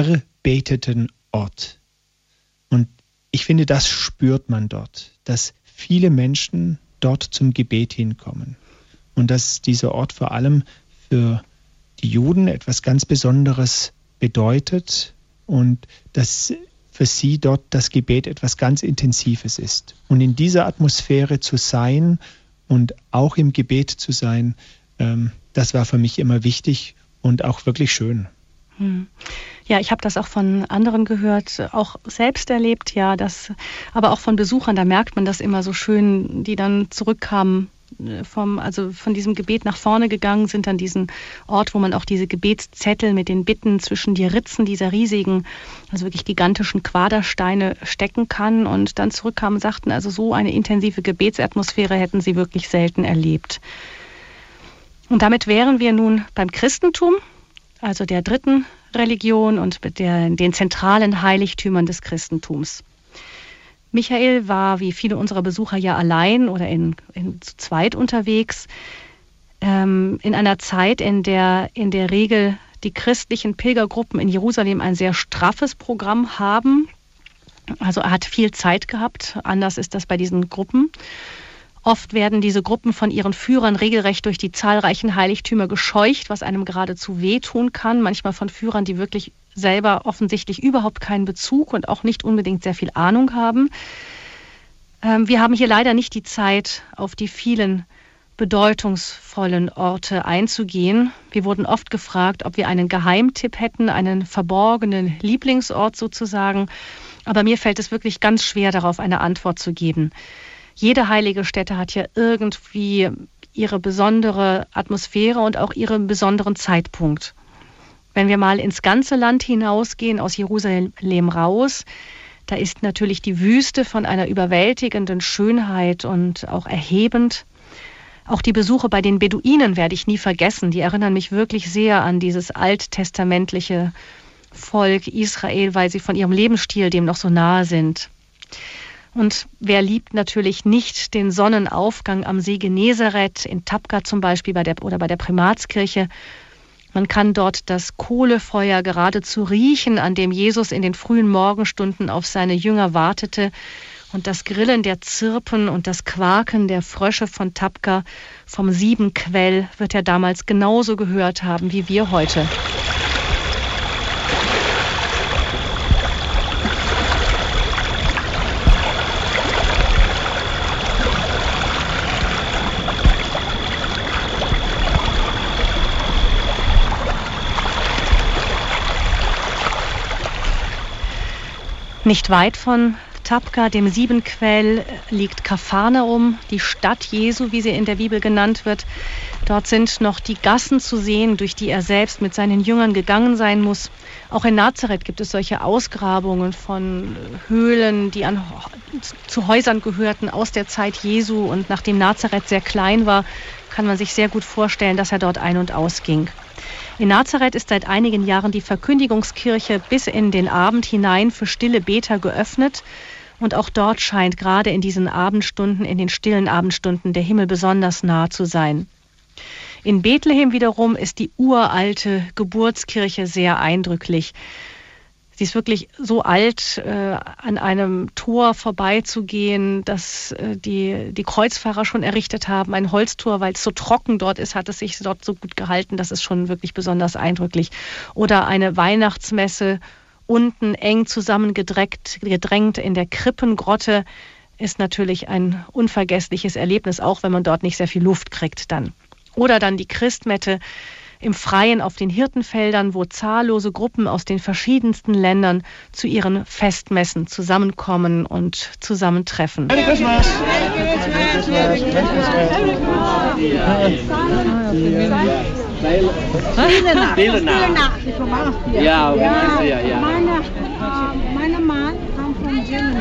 Speaker 1: erbeteten Ort. Und ich finde, das spürt man dort, dass viele Menschen dort zum Gebet hinkommen und dass dieser Ort vor allem für die Juden etwas ganz Besonderes bedeutet und dass für sie dort das Gebet etwas ganz Intensives ist. Und in dieser Atmosphäre zu sein und auch im Gebet zu sein, ähm, das war für mich immer wichtig und auch wirklich schön.
Speaker 2: Hm. Ja, ich habe das auch von anderen gehört, auch selbst erlebt, ja, das, aber auch von Besuchern, da merkt man das immer so schön, die dann zurückkamen vom, also von diesem Gebet nach vorne gegangen sind, an diesen Ort, wo man auch diese Gebetszettel mit den Bitten zwischen die Ritzen dieser riesigen, also wirklich gigantischen Quadersteine stecken kann und dann zurückkamen und sagten, also so eine intensive Gebetsatmosphäre hätten sie wirklich selten erlebt. Und damit wären wir nun beim Christentum, also der dritten Religion und mit der, den zentralen Heiligtümern des Christentums. Michael war, wie viele unserer Besucher, ja allein oder in, in, zu zweit unterwegs, ähm, in einer Zeit, in der in der Regel die christlichen Pilgergruppen in Jerusalem ein sehr straffes Programm haben. Also er hat viel Zeit gehabt, anders ist das bei diesen Gruppen. Oft werden diese Gruppen von ihren Führern regelrecht durch die zahlreichen Heiligtümer gescheucht, was einem geradezu wehtun kann. Manchmal von Führern, die wirklich selber offensichtlich überhaupt keinen Bezug und auch nicht unbedingt sehr viel Ahnung haben. Ähm, wir haben hier leider nicht die Zeit, auf die vielen bedeutungsvollen Orte einzugehen. Wir wurden oft gefragt, ob wir einen Geheimtipp hätten, einen verborgenen Lieblingsort sozusagen. Aber mir fällt es wirklich ganz schwer, darauf eine Antwort zu geben. Jede heilige Stätte hat ja irgendwie ihre besondere Atmosphäre und auch ihren besonderen Zeitpunkt. Wenn wir mal ins ganze Land hinausgehen, aus Jerusalem raus, da ist natürlich die Wüste von einer überwältigenden Schönheit und auch erhebend. Auch die Besuche bei den Beduinen werde ich nie vergessen. Die erinnern mich wirklich sehr an dieses alttestamentliche Volk Israel, weil sie von ihrem Lebensstil dem noch so nahe sind. Und wer liebt natürlich nicht den Sonnenaufgang am See Genezareth, in Tabqa zum Beispiel bei der, oder bei der Primatskirche. Man kann dort das Kohlefeuer geradezu riechen, an dem Jesus in den frühen Morgenstunden auf seine Jünger wartete. Und das Grillen der Zirpen und das Quaken der Frösche von Tabqa vom Siebenquell wird er damals genauso gehört haben wie wir heute. Nicht weit von Tabqa, dem Siebenquell, liegt Kapharnaum, die Stadt Jesu, wie sie in der Bibel genannt wird. Dort sind noch die Gassen zu sehen, durch die er selbst mit seinen Jüngern gegangen sein muss. Auch in Nazareth gibt es solche Ausgrabungen von Höhlen, die an, zu Häusern gehörten aus der Zeit Jesu. Und nachdem Nazareth sehr klein war, kann man sich sehr gut vorstellen, dass er dort ein- und ausging. In Nazareth ist seit einigen Jahren die Verkündigungskirche bis in den Abend hinein für stille Beter geöffnet. Und auch dort scheint gerade in diesen Abendstunden, in den stillen Abendstunden, der Himmel besonders nah zu sein. In Bethlehem wiederum ist die uralte Geburtskirche sehr eindrücklich. Sie ist wirklich so alt, äh, an einem Tor vorbeizugehen, das äh, die, die Kreuzfahrer schon errichtet haben. Ein Holztor, weil es so trocken dort ist, hat es sich dort so gut gehalten. Das ist schon wirklich besonders eindrücklich. Oder eine Weihnachtsmesse unten eng zusammengedrängt gedrängt in der Krippengrotte ist natürlich ein unvergessliches Erlebnis, auch wenn man dort nicht sehr viel Luft kriegt dann. Oder dann die Christmette im Freien auf den Hirtenfeldern, wo zahllose Gruppen aus den verschiedensten Ländern zu ihren Festmessen zusammenkommen und zusammentreffen.
Speaker 4: Merry Christmas! Merry Christmas! Merry Christmas!
Speaker 5: Stille Nacht. Stille Nacht. Ich war auch hier.
Speaker 4: Ja, ja, ja, ja.
Speaker 5: Meine, äh, meine Mann kam von Germany.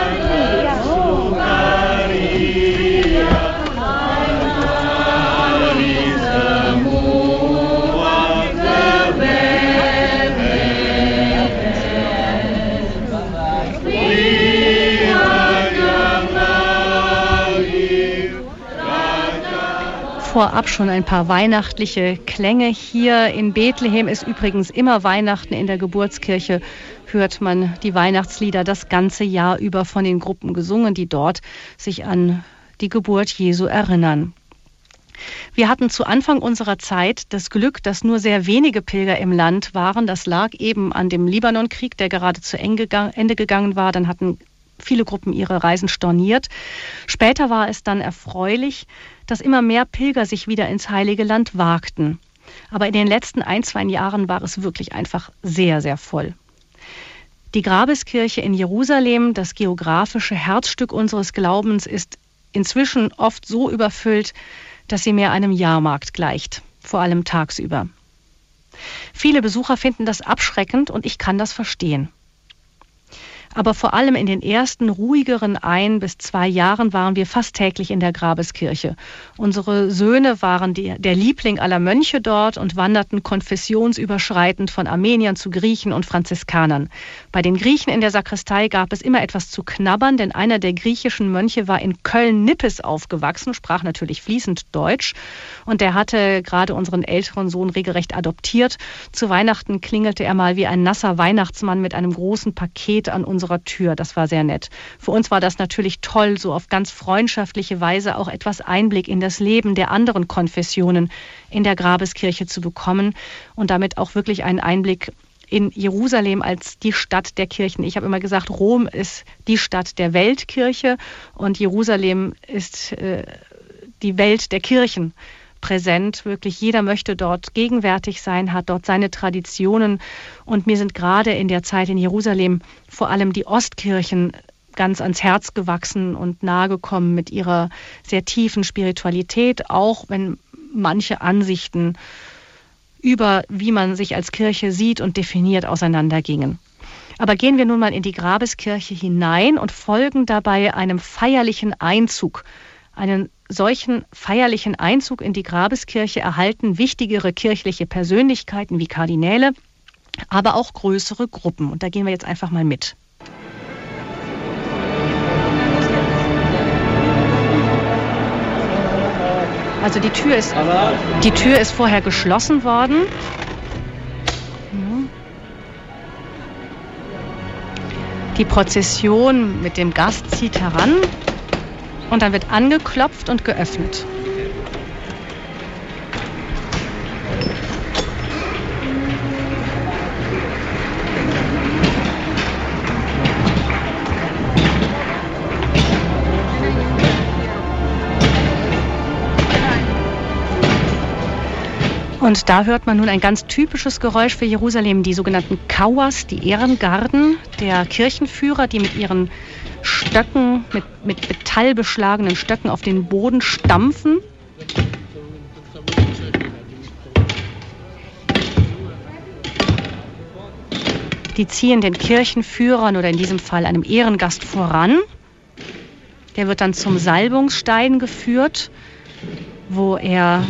Speaker 2: Vorab schon ein paar weihnachtliche Klänge. Hier in Bethlehem ist übrigens immer Weihnachten. In der Geburtskirche hört man die Weihnachtslieder das ganze Jahr über von den Gruppen gesungen, die dort sich an die Geburt Jesu erinnern. Wir hatten zu Anfang unserer Zeit das Glück, dass nur sehr wenige Pilger im Land waren. Das lag eben an dem Libanonkrieg, der gerade zu Ende gegangen war. Dann hatten viele Gruppen ihre Reisen storniert. Später war es dann erfreulich, dass immer mehr Pilger sich wieder ins Heilige Land wagten. Aber in den letzten ein, zwei Jahren war es wirklich einfach sehr, sehr voll. Die Grabeskirche in Jerusalem, das geografische Herzstück unseres Glaubens, ist inzwischen oft so überfüllt, dass sie mehr einem Jahrmarkt gleicht, vor allem tagsüber. Viele Besucher finden das abschreckend und ich kann das verstehen. Aber vor allem in den ersten ruhigeren ein bis zwei Jahren waren wir fast täglich in der Grabeskirche. Unsere Söhne waren die, der Liebling aller Mönche dort und wanderten konfessionsüberschreitend von Armeniern zu Griechen und Franziskanern. Bei den Griechen in der Sakristei gab es immer etwas zu knabbern, denn einer der griechischen Mönche war in Köln-Nippes aufgewachsen, sprach natürlich fließend Deutsch und der hatte gerade unseren älteren Sohn regelrecht adoptiert. Zu Weihnachten klingelte er mal wie ein nasser Weihnachtsmann mit einem großen Paket an unserer Tür. Das war sehr nett. Für uns war das natürlich toll, so auf ganz freundschaftliche Weise auch etwas Einblick in das Leben der anderen Konfessionen in der Grabeskirche zu bekommen und damit auch wirklich einen Einblick in Jerusalem als die Stadt der Kirchen. Ich habe immer gesagt, Rom ist die Stadt der Weltkirche und Jerusalem ist äh, die Welt der Kirchen. Präsent, wirklich jeder möchte dort gegenwärtig sein, hat dort seine Traditionen und mir sind gerade in der Zeit in Jerusalem vor allem die Ostkirchen ganz ans Herz gewachsen und nahegekommen mit ihrer sehr tiefen Spiritualität, auch wenn manche Ansichten über wie man sich als Kirche sieht und definiert auseinandergingen. Aber gehen wir nun mal in die Grabeskirche hinein und folgen dabei einem feierlichen Einzug. Einen solchen feierlichen Einzug in die Grabeskirche erhalten wichtigere kirchliche Persönlichkeiten wie Kardinäle, aber auch größere Gruppen. Und da gehen wir jetzt einfach mal mit. Also die Tür ist, die Tür ist vorher geschlossen worden. Die Prozession mit dem Gast zieht heran. Und dann wird angeklopft und geöffnet. Und da hört man nun ein ganz typisches Geräusch für Jerusalem, die sogenannten Kauas, die Ehrengarden der Kirchenführer, die mit ihren Stöcken, mit, mit metallbeschlagenen Stöcken auf den Boden stampfen. Die ziehen den Kirchenführern oder in diesem Fall einem Ehrengast voran. Der wird dann zum Salbungsstein geführt, wo er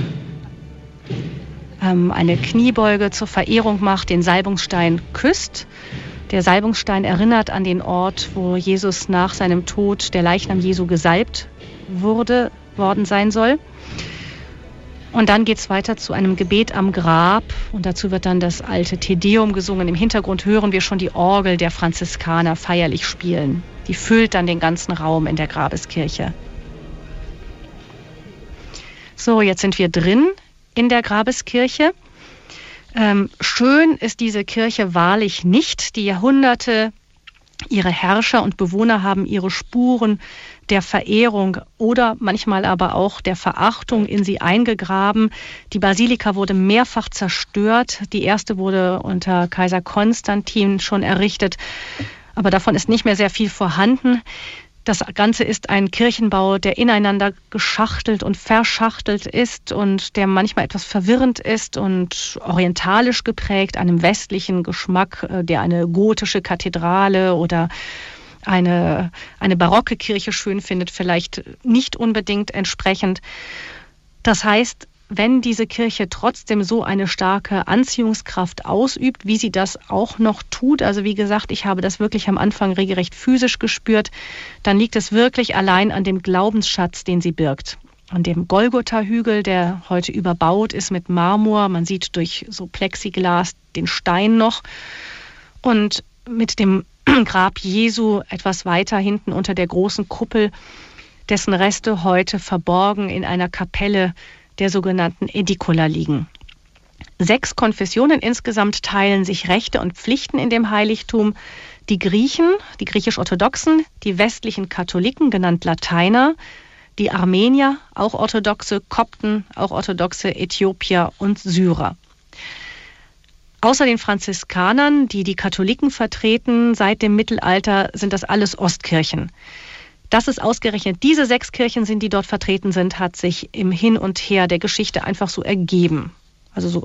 Speaker 2: ähm, eine Kniebeuge zur Verehrung macht, den Salbungsstein küsst. Der Salbungsstein erinnert an den Ort, wo Jesus nach seinem Tod, der Leichnam Jesu, gesalbt wurde, worden sein soll. Und dann geht es weiter zu einem Gebet am Grab und dazu wird dann das alte Te Deum gesungen. Im Hintergrund hören wir schon die Orgel der Franziskaner feierlich spielen. Die füllt dann den ganzen Raum in der Grabeskirche. So, jetzt sind wir drin in der Grabeskirche. Ähm, schön ist diese Kirche wahrlich nicht. Die Jahrhunderte, ihre Herrscher und Bewohner haben ihre Spuren der Verehrung oder manchmal aber auch der Verachtung in sie eingegraben. Die Basilika wurde mehrfach zerstört. Die erste wurde unter Kaiser Konstantin schon errichtet, aber davon ist nicht mehr sehr viel vorhanden. Das Ganze ist ein Kirchenbau, der ineinander geschachtelt und verschachtelt ist und der manchmal etwas verwirrend ist und orientalisch geprägt, einem westlichen Geschmack, der eine gotische Kathedrale oder eine, eine barocke Kirche schön findet, vielleicht nicht unbedingt entsprechend. Das heißt, wenn diese Kirche trotzdem so eine starke Anziehungskraft ausübt, wie sie das auch noch tut, also wie gesagt, ich habe das wirklich am Anfang regelrecht physisch gespürt, dann liegt es wirklich allein an dem Glaubensschatz, den sie birgt. An dem Golgotha-Hügel, der heute überbaut ist mit Marmor, man sieht durch so Plexiglas den Stein noch und mit dem Grab Jesu etwas weiter hinten unter der großen Kuppel, dessen Reste heute verborgen in einer Kapelle der sogenannten Ädikula liegen. Sechs Konfessionen insgesamt teilen sich Rechte und Pflichten in dem Heiligtum. Die Griechen, die griechisch-orthodoxen, die westlichen Katholiken, genannt Lateiner, die Armenier, auch orthodoxe, Kopten, auch orthodoxe Äthiopier und Syrer. Außer den Franziskanern, die die Katholiken vertreten, seit dem Mittelalter sind das alles Ostkirchen. Dass es ausgerechnet diese sechs Kirchen sind, die dort vertreten sind, hat sich im Hin und Her der Geschichte einfach so ergeben. Also so ein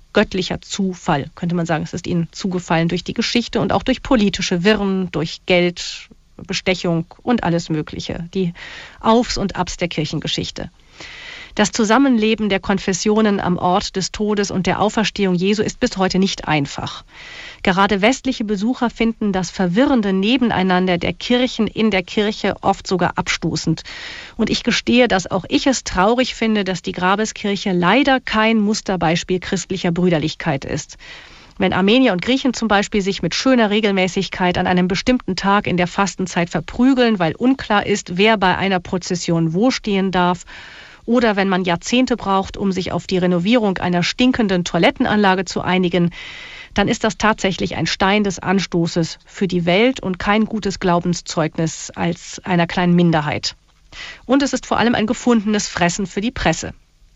Speaker 2: göttlicher Zufall, könnte man sagen. Es ist ihnen zugefallen durch die Geschichte und auch durch politische Wirren, durch Geld, Bestechung und alles Mögliche, die Aufs und Abs der Kirchengeschichte. Das Zusammenleben der Konfessionen am Ort des Todes und der Auferstehung Jesu ist bis heute nicht einfach. Gerade westliche Besucher finden das verwirrende Nebeneinander der Kirchen in der Kirche oft sogar abstoßend. Und ich gestehe, dass auch ich es traurig finde, dass die Grabeskirche leider kein Musterbeispiel christlicher Brüderlichkeit ist. Wenn Armenier und Griechen zum Beispiel sich mit schöner Regelmäßigkeit an einem bestimmten Tag in der Fastenzeit verprügeln, weil unklar ist, wer bei einer Prozession wo stehen darf, oder wenn man Jahrzehnte braucht, um sich auf die Renovierung einer stinkenden Toilettenanlage zu einigen, dann ist das tatsächlich ein Stein des Anstoßes für die Welt und kein gutes Glaubenszeugnis als einer kleinen Minderheit. Und es ist vor allem ein gefundenes Fressen für die Presse.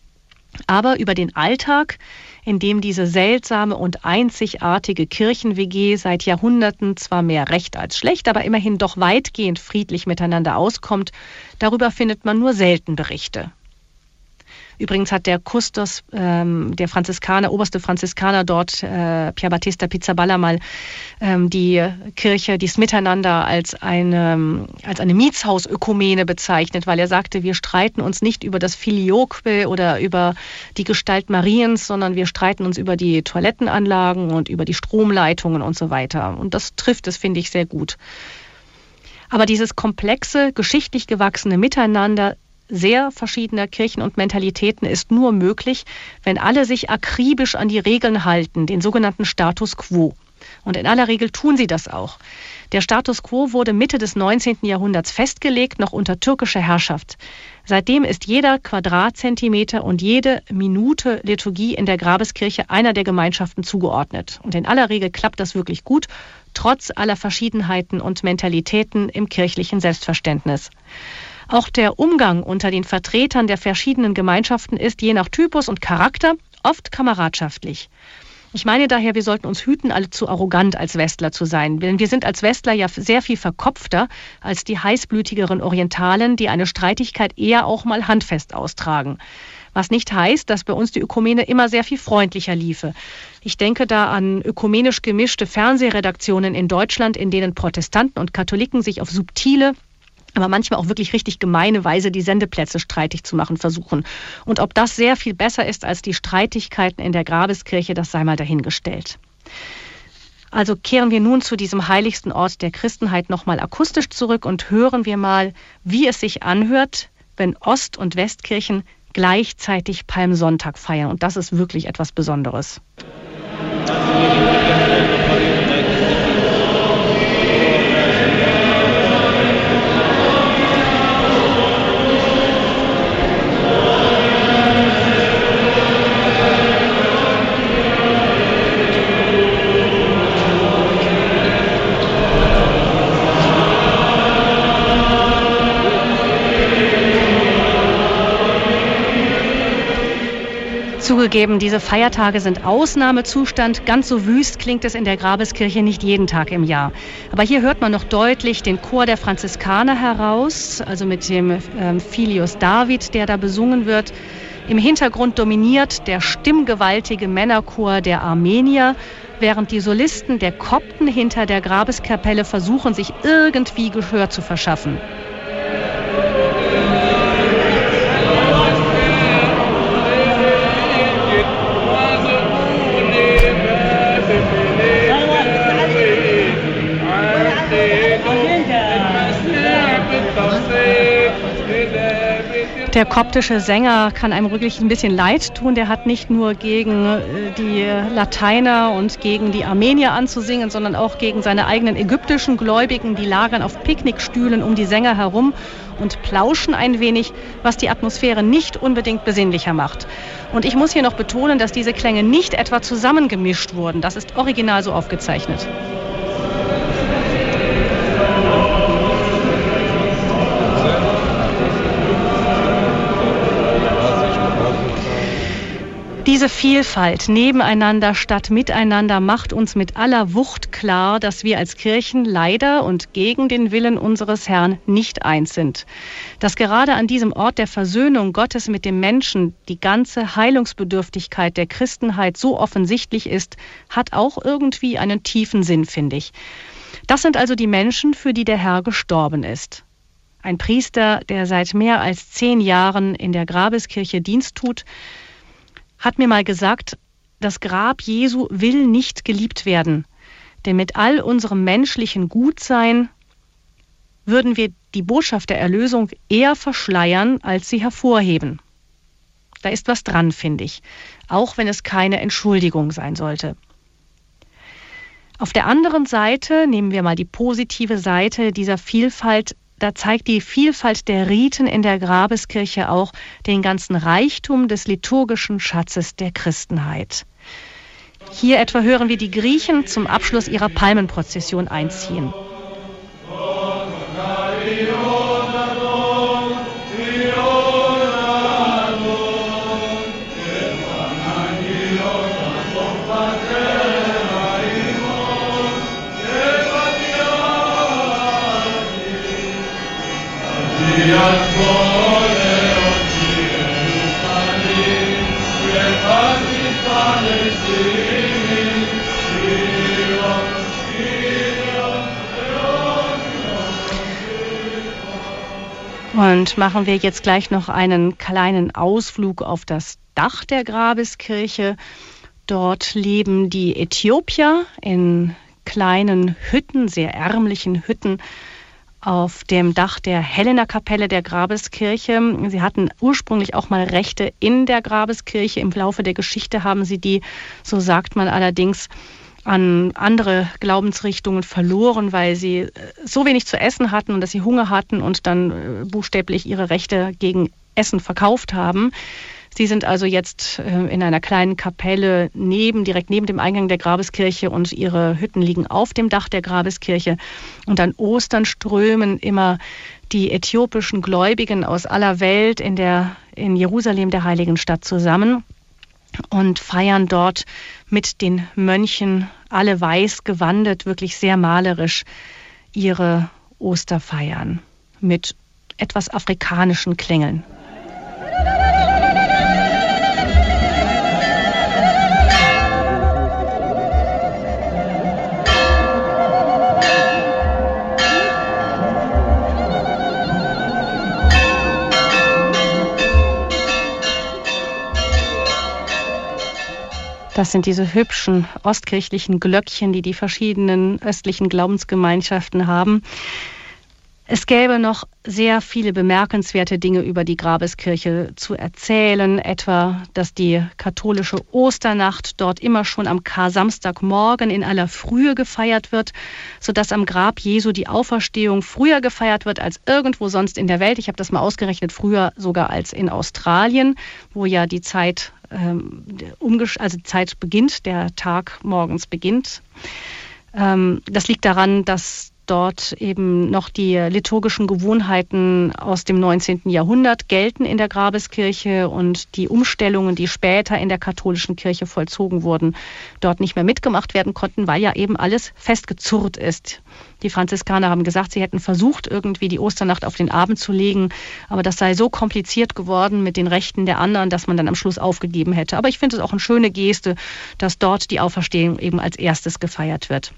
Speaker 2: Aber über den Alltag, in dem diese seltsame und einzigartige Kirchen-W G seit Jahrhunderten zwar mehr recht als schlecht, aber immerhin doch weitgehend friedlich miteinander auskommt, darüber findet man nur selten Berichte. Übrigens hat der Kustos, ähm, der Franziskaner, oberste Franziskaner dort, äh, Pier Battista Pizzaballa, mal ähm, die Kirche, dieses Miteinander als eine, als eine Mietshausökumene bezeichnet, weil er sagte, wir streiten uns nicht über das Filioque oder über die Gestalt Mariens, sondern wir streiten uns über die Toilettenanlagen und über die Stromleitungen und so weiter. Und das trifft es, finde ich, sehr gut. Aber dieses komplexe, geschichtlich gewachsene Miteinander sehr verschiedener Kirchen und Mentalitäten ist nur möglich, wenn alle sich akribisch an die Regeln halten, den sogenannten Status quo. Und in aller Regel tun sie das auch. Der Status quo wurde Mitte des neunzehnten Jahrhunderts festgelegt, noch unter türkischer Herrschaft. Seitdem ist jeder Quadratzentimeter und jede Minute Liturgie in der Grabeskirche einer der Gemeinschaften zugeordnet. Und in aller Regel klappt das wirklich gut, trotz aller Verschiedenheiten und Mentalitäten im kirchlichen Selbstverständnis. Auch der Umgang unter den Vertretern der verschiedenen Gemeinschaften ist je nach Typus und Charakter oft kameradschaftlich. Ich meine daher, wir sollten uns hüten, alle zu arrogant als Westler zu sein. Denn wir sind als Westler ja sehr viel verkopfter als die heißblütigeren Orientalen, die eine Streitigkeit eher auch mal handfest austragen. Was nicht heißt, dass bei uns die Ökumene immer sehr viel freundlicher liefe. Ich denke da an ökumenisch gemischte Fernsehredaktionen in Deutschland, in denen Protestanten und Katholiken sich auf subtile, aber manchmal auch wirklich richtig gemeine Weise die Sendeplätze streitig zu machen versuchen. Und ob das sehr viel besser ist als die Streitigkeiten in der Grabeskirche, das sei mal dahingestellt. Also kehren wir nun zu diesem heiligsten Ort der Christenheit nochmal akustisch zurück und hören wir mal, wie es sich anhört, wenn Ost- und Westkirchen gleichzeitig Palmsonntag feiern. Und das ist wirklich etwas Besonderes. Zugegeben, diese Feiertage sind Ausnahmezustand. Ganz so wüst klingt es in der Grabeskirche nicht jeden Tag im Jahr. Aber hier hört man noch deutlich den Chor der Franziskaner heraus, also mit dem ähm, Filius David, der da besungen wird. Im Hintergrund dominiert der stimmgewaltige Männerchor der Armenier, während die Solisten der Kopten hinter der Grabeskapelle versuchen, sich irgendwie Gehör zu verschaffen. Der koptische Sänger kann einem wirklich ein bisschen leid tun. Der hat nicht nur gegen die Lateiner und gegen die Armenier anzusingen, sondern auch gegen seine eigenen ägyptischen Gläubigen. Die lagern auf Picknickstühlen um die Sänger herum und plauschen ein wenig, was die Atmosphäre nicht unbedingt besinnlicher macht. Und ich muss hier noch betonen, dass diese Klänge nicht etwa zusammengemischt wurden. Das ist original so aufgezeichnet. Diese Vielfalt nebeneinander statt miteinander macht uns mit aller Wucht klar, dass wir als Kirchen leider und gegen den Willen unseres Herrn nicht eins sind. Dass gerade an diesem Ort der Versöhnung Gottes mit dem Menschen die ganze Heilungsbedürftigkeit der Christenheit so offensichtlich ist, hat auch irgendwie einen tiefen Sinn, finde ich. Das sind also die Menschen, für die der Herr gestorben ist. Ein Priester, der seit mehr als zehn Jahren in der Grabeskirche Dienst tut, hat mir mal gesagt, das Grab Jesu will nicht geliebt werden, denn mit all unserem menschlichen Gutsein würden wir die Botschaft der Erlösung eher verschleiern, als sie hervorheben. Da ist was dran, finde ich, auch wenn es keine Entschuldigung sein sollte. Auf der anderen Seite, nehmen wir mal die positive Seite dieser Vielfalt, da zeigt die Vielfalt der Riten in der Grabeskirche auch den ganzen Reichtum des liturgischen Schatzes der Christenheit. Hier etwa hören wir die Griechen zum Abschluss ihrer Palmenprozession einziehen. Und machen wir jetzt gleich noch einen kleinen Ausflug auf das Dach der Grabeskirche. Dort leben die Äthiopier in kleinen Hütten, sehr ärmlichen Hütten, auf dem Dach der Helena-Kapelle der Grabeskirche. Sie hatten ursprünglich auch mal Rechte in der Grabeskirche. Im Laufe der Geschichte haben sie die, so sagt man allerdings, an andere Glaubensrichtungen verloren, weil sie so wenig zu essen hatten und dass sie Hunger hatten und dann buchstäblich ihre Rechte gegen Essen verkauft haben. Sie sind also jetzt in einer kleinen Kapelle neben, direkt neben dem Eingang der Grabeskirche und ihre Hütten liegen auf dem Dach der Grabeskirche. Und an Ostern strömen immer die äthiopischen Gläubigen aus aller Welt in der, in Jerusalem, der heiligen Stadt, zusammen und feiern dort mit den Mönchen, alle weiß gewandet, wirklich sehr malerisch, ihre Osterfeiern mit etwas afrikanischen Klängeln. Das sind diese hübschen ostkirchlichen Glöckchen, die die verschiedenen östlichen Glaubensgemeinschaften haben. Es gäbe noch sehr viele bemerkenswerte Dinge über die Grabeskirche zu erzählen, etwa, dass die katholische Osternacht dort immer schon am Kar-Samstagmorgen in aller Frühe gefeiert wird, sodass am Grab Jesu die Auferstehung früher gefeiert wird als irgendwo sonst in der Welt. Ich habe das mal ausgerechnet, früher sogar als in Australien, wo ja die Zeit, ähm, also die Zeit beginnt, der Tag morgens beginnt. Ähm, das liegt daran, dass dort eben noch die liturgischen Gewohnheiten aus dem neunzehnten Jahrhundert gelten in der Grabeskirche und die Umstellungen, die später in der katholischen Kirche vollzogen wurden, dort nicht mehr mitgemacht werden konnten, weil ja eben alles festgezurrt ist. Die Franziskaner haben gesagt, sie hätten versucht, irgendwie die Osternacht auf den Abend zu legen, aber das sei so kompliziert geworden mit den Rechten der anderen, dass man dann am Schluss aufgegeben hätte. Aber ich finde es auch eine schöne Geste, dass dort die Auferstehung eben als erstes gefeiert wird.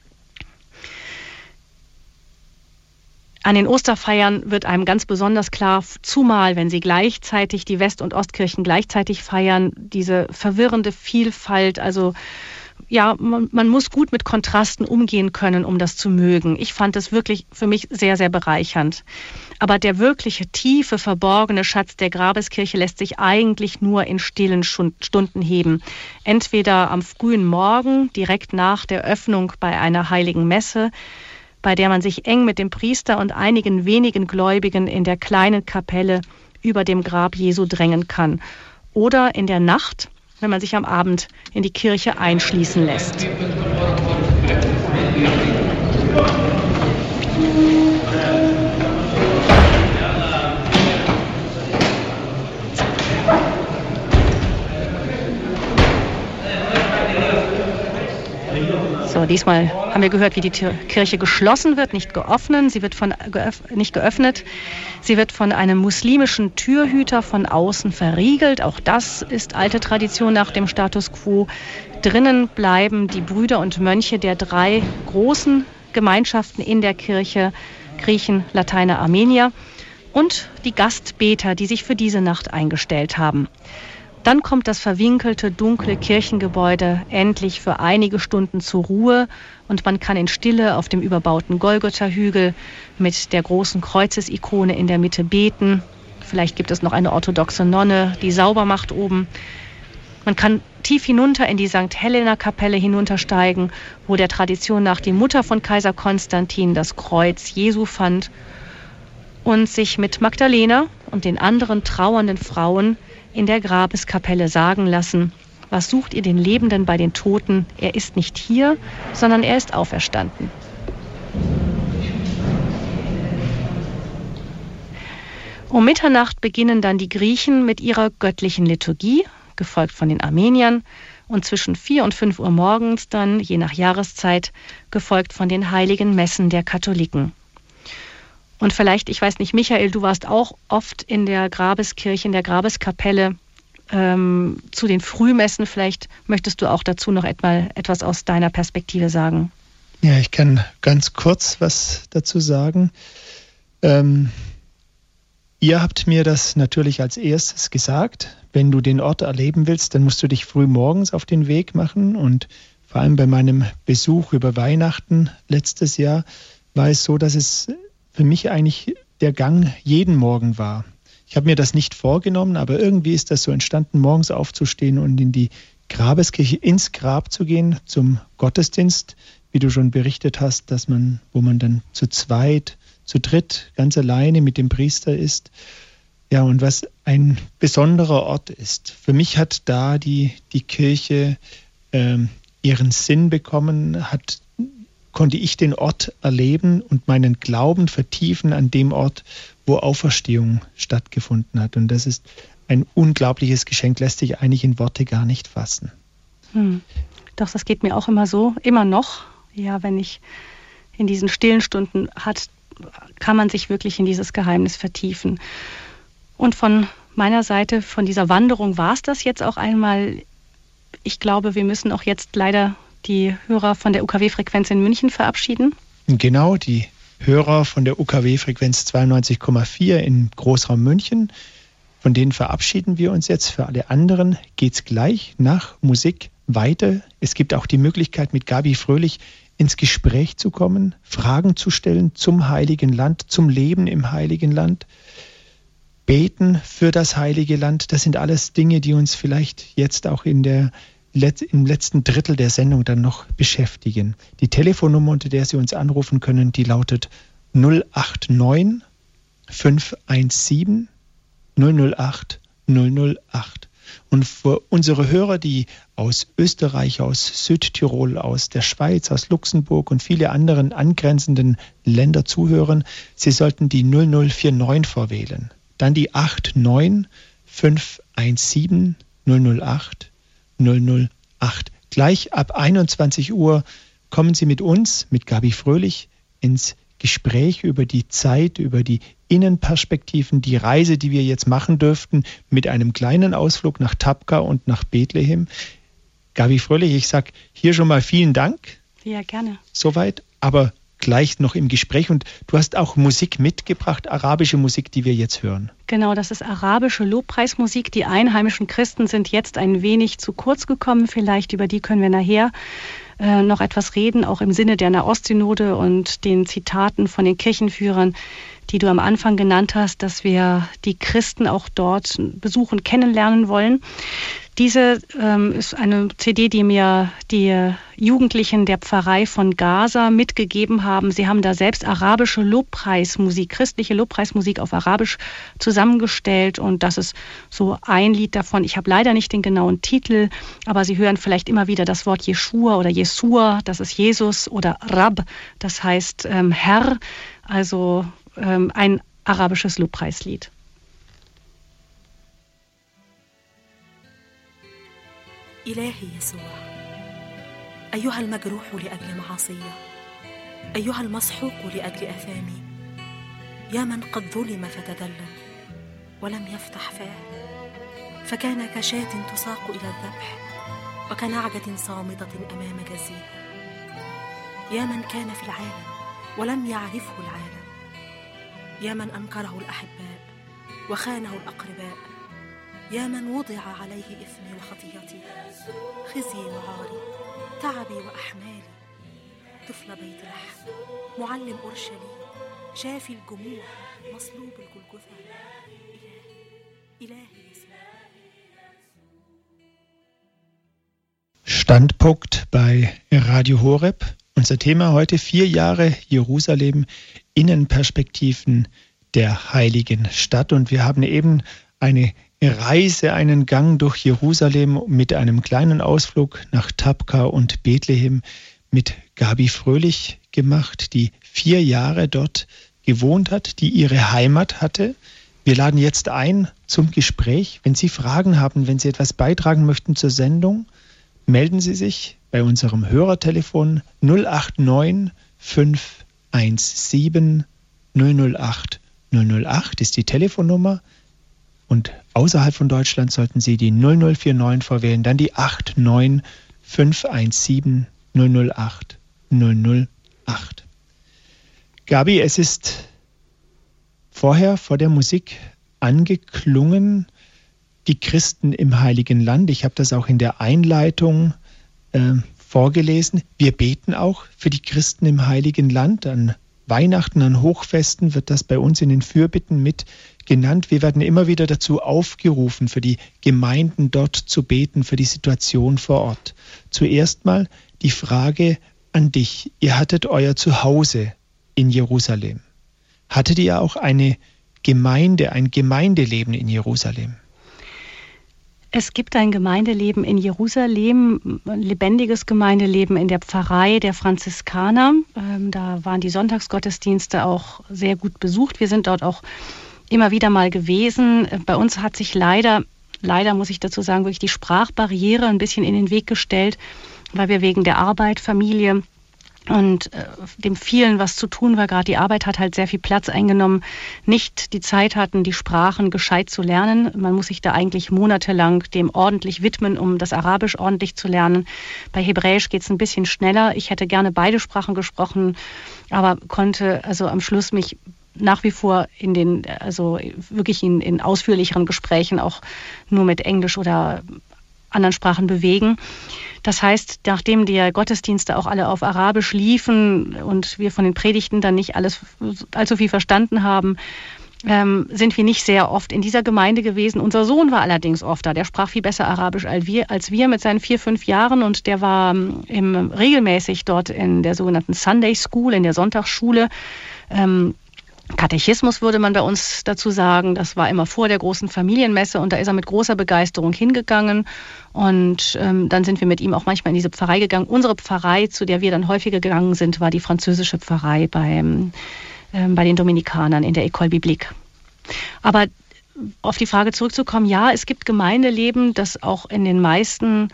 Speaker 2: An den Osterfeiern wird einem ganz besonders klar, zumal wenn sie gleichzeitig die West- und Ostkirchen gleichzeitig feiern, diese verwirrende Vielfalt, also ja, man, man muss gut mit Kontrasten umgehen können, um das zu mögen. Ich fand es wirklich für mich sehr, sehr bereichernd. Aber der wirkliche tiefe, verborgene Schatz der Grabeskirche lässt sich eigentlich nur in stillen Stunden heben. Entweder am frühen Morgen, direkt nach der Öffnung bei einer heiligen Messe, bei der man sich eng mit dem Priester und einigen wenigen Gläubigen in der kleinen Kapelle über dem Grab Jesu drängen kann. Oder in der Nacht, wenn man sich am Abend in die Kirche einschließen lässt. So, diesmal haben wir gehört, wie die Kirche geschlossen wird, nicht geöffnet. Sie wird von, geöff, nicht geöffnet. Sie wird von einem muslimischen Türhüter von außen verriegelt. Auch das ist alte Tradition nach dem Status quo. Drinnen bleiben die Brüder und Mönche der drei großen Gemeinschaften in der Kirche, Griechen, Lateiner, Armenier, und die Gastbeter, die sich für diese Nacht eingestellt haben. Dann kommt das verwinkelte, dunkle Kirchengebäude endlich für einige Stunden zur Ruhe und man kann in Stille auf dem überbauten Golgotha-Hügel mit der großen Kreuzesikone in der Mitte beten. Vielleicht gibt es noch eine orthodoxe Nonne, die sauber macht oben. Man kann tief hinunter in die Sankt Helena-Kapelle hinuntersteigen, wo der Tradition nach die Mutter von Kaiser Konstantin das Kreuz Jesu fand und sich mit Magdalena und den anderen trauernden Frauen in der Grabeskapelle sagen lassen: Was sucht ihr den Lebenden bei den Toten? Er ist nicht hier, sondern er ist auferstanden. Um Mitternacht beginnen dann die Griechen mit ihrer göttlichen Liturgie, gefolgt von den Armeniern, und zwischen vier und fünf Uhr morgens dann, je nach Jahreszeit, gefolgt von den heiligen Messen der Katholiken. Und vielleicht, ich weiß nicht, Michael, du warst auch oft in der Grabeskirche, in der Grabeskapelle ähm, zu den Frühmessen. Vielleicht möchtest du auch dazu noch etwa, etwas aus deiner Perspektive sagen.
Speaker 1: Ja, ich kann ganz kurz was dazu sagen. Ähm, ihr habt mir das natürlich als erstes gesagt. Wenn du den Ort erleben willst, dann musst du dich früh morgens auf den Weg machen. Und vor allem bei meinem Besuch über Weihnachten letztes Jahr war es so, dass es für mich eigentlich der Gang jeden Morgen war. Ich habe mir das nicht vorgenommen, aber irgendwie ist das so entstanden, morgens aufzustehen und in die Grabeskirche, ins Grab zu gehen, zum Gottesdienst, wie du schon berichtet hast, dass man, wo man dann zu zweit, zu dritt, ganz alleine mit dem Priester ist. Ja, und was ein besonderer Ort ist. Für mich hat da die, die Kirche ähm, ihren Sinn bekommen, hat konnte ich den Ort erleben und meinen Glauben vertiefen an dem Ort, wo Auferstehung stattgefunden hat. Und das ist ein unglaubliches Geschenk, lässt sich eigentlich in Worte gar nicht fassen.
Speaker 2: Hm. Doch, das geht mir auch immer so, immer noch. Ja, wenn ich in diesen stillen Stunden hat, kann man sich wirklich in dieses Geheimnis vertiefen. Und von meiner Seite, von dieser Wanderung war es das jetzt auch einmal. Ich glaube, wir müssen auch jetzt leider die Hörer von der U K W-Frequenz in München verabschieden.
Speaker 1: Genau, die Hörer von der U K W-Frequenz zweiundneunzig Komma vier in Großraum München. Von denen verabschieden wir uns jetzt. Für alle anderen geht's gleich nach Musik weiter. Es gibt auch die Möglichkeit, mit Gabi Fröhlich ins Gespräch zu kommen, Fragen zu stellen zum Heiligen Land, zum Leben im Heiligen Land, beten für das Heilige Land. Das sind alles Dinge, die uns vielleicht jetzt auch in der im letzten Drittel der Sendung dann noch beschäftigen. Die Telefonnummer, unter der Sie uns anrufen können, die lautet null acht neun fünf eins sieben null null acht null null acht. Und für unsere Hörer, die aus Österreich, aus Südtirol, aus der Schweiz, aus Luxemburg und viele anderen angrenzenden Länder zuhören, Sie sollten die null null vier neun vorwählen. Dann die acht neun fünf eins sieben null null acht null null acht. Gleich ab einundzwanzig Uhr kommen Sie mit uns, mit Gabi Fröhlich, ins Gespräch über die Zeit, über die Innenperspektiven, die Reise, die wir jetzt machen dürften, mit einem kleinen Ausflug nach Tabka und nach Bethlehem. Gabi Fröhlich, ich sage hier schon mal vielen Dank.
Speaker 2: Ja, gerne.
Speaker 1: Soweit, aber gleich noch im Gespräch. Und du hast auch Musik mitgebracht, arabische Musik, die wir jetzt hören.
Speaker 2: Genau, das ist arabische Lobpreismusik. Die einheimischen Christen sind jetzt ein wenig zu kurz gekommen. Vielleicht über die können wir nachher äh, noch etwas reden, auch im Sinne der Nahostsynode und den Zitaten von den Kirchenführern, die du am Anfang genannt hast, dass wir die Christen auch dort besuchen, kennenlernen wollen. Diese ähm, ist eine C D, die mir die Jugendlichen der Pfarrei von Gaza mitgegeben haben. Sie haben da selbst arabische Lobpreismusik, christliche Lobpreismusik auf Arabisch zusammengestellt und das ist so ein Lied davon. Ich habe leider nicht den genauen Titel, aber Sie hören vielleicht immer wieder das Wort Jeschua oder Jesua, das ist Jesus, oder Rab, das heißt ähm, Herr, also ähm, ein arabisches Lobpreislied.
Speaker 6: إلهي يسوع أيها المجروح لأجل معاصي، أيها المسحوق لأجل أثامي، يا من قد ظلم فتدلل ولم يفتح فاه، فكان كشاة تساق إلى الذبح وكنعجة صامتة أمام جزيها. يا من كان في العالم ولم يعرفه العالم، يا من أنكره الأحباء وخانه الأقرباء، يا من وضع عليه إثمي وخطيتي، خزي وعاري، تعبي وأحمالي، طفل بيت لحم، معلم أورشليم، شافي الجموع، مصلوب الجلجثة، إلهي إلهي يسوع.
Speaker 1: Standpunkt bei Radio Horeb. Unser Thema heute: vier Jahre Jerusalem, Innenperspektiven der heiligen Stadt. Und wir haben eben eine Reise, einen Gang durch Jerusalem mit einem kleinen Ausflug nach Tabka und Bethlehem mit Gabi Fröhlich gemacht, die vier Jahre dort gewohnt hat, die ihre Heimat hatte. Wir laden jetzt ein zum Gespräch. Wenn Sie Fragen haben, wenn Sie etwas beitragen möchten zur Sendung, melden Sie sich bei unserem Hörertelefon null acht neun fünf eins sieben null null acht null null acht ist die Telefonnummer. Und außerhalb von Deutschland sollten Sie die null null vier neun vorwählen, dann die acht neun fünf eins sieben null null acht null null acht. Gabi, es ist vorher vor der Musik angeklungen, die Christen im Heiligen Land. Ich habe das auch in der Einleitung äh, vorgelesen. Wir beten auch für die Christen im Heiligen Land. An Weihnachten, an Hochfesten wird das bei uns in den Fürbitten mit genannt. Wir werden immer wieder dazu aufgerufen, für die Gemeinden dort zu beten, für die Situation vor Ort. Zuerst mal die Frage an dich. Ihr hattet euer Zuhause in Jerusalem. Hattet ihr auch eine Gemeinde, ein Gemeindeleben in Jerusalem?
Speaker 2: Es gibt ein Gemeindeleben in Jerusalem, ein lebendiges Gemeindeleben in der Pfarrei der Franziskaner. Ähm, da waren die Sonntagsgottesdienste auch sehr gut besucht. Wir sind dort auch immer wieder mal gewesen. Bei uns hat sich leider, leider muss ich dazu sagen, wirklich die Sprachbarriere ein bisschen in den Weg gestellt, weil wir wegen der Arbeit, Familie und äh, dem vielen, was zu tun war, gerade die Arbeit hat halt sehr viel Platz eingenommen, nicht die Zeit hatten, die Sprachen gescheit zu lernen. Man muss sich da eigentlich monatelang dem ordentlich widmen, um das Arabisch ordentlich zu lernen. Bei Hebräisch geht es ein bisschen schneller. Ich hätte gerne beide Sprachen gesprochen, aber konnte also am Schluss mich nach wie vor in den, also wirklich in, in ausführlicheren Gesprächen auch nur mit Englisch oder anderen Sprachen bewegen. Das heißt, nachdem die Gottesdienste auch alle auf Arabisch liefen und wir von den Predigten dann nicht alles allzu viel verstanden haben, ähm, sind wir nicht sehr oft in dieser Gemeinde gewesen. Unser Sohn war allerdings oft da. Der sprach viel besser Arabisch als wir, als wir mit seinen vier, fünf Jahren und der war im, regelmäßig dort in der sogenannten Sunday School, in der Sonntagsschule. Ähm, Katechismus würde man bei uns dazu sagen. Das war immer vor der großen Familienmesse und da ist er mit großer Begeisterung hingegangen und ähm, dann sind wir mit ihm auch manchmal in diese Pfarrei gegangen. Unsere Pfarrei, zu der wir dann häufiger gegangen sind, war die französische Pfarrei beim, ähm, bei den Dominikanern in der École Biblique. Aber auf die Frage zurückzukommen, ja, es gibt Gemeindeleben, das auch in den meisten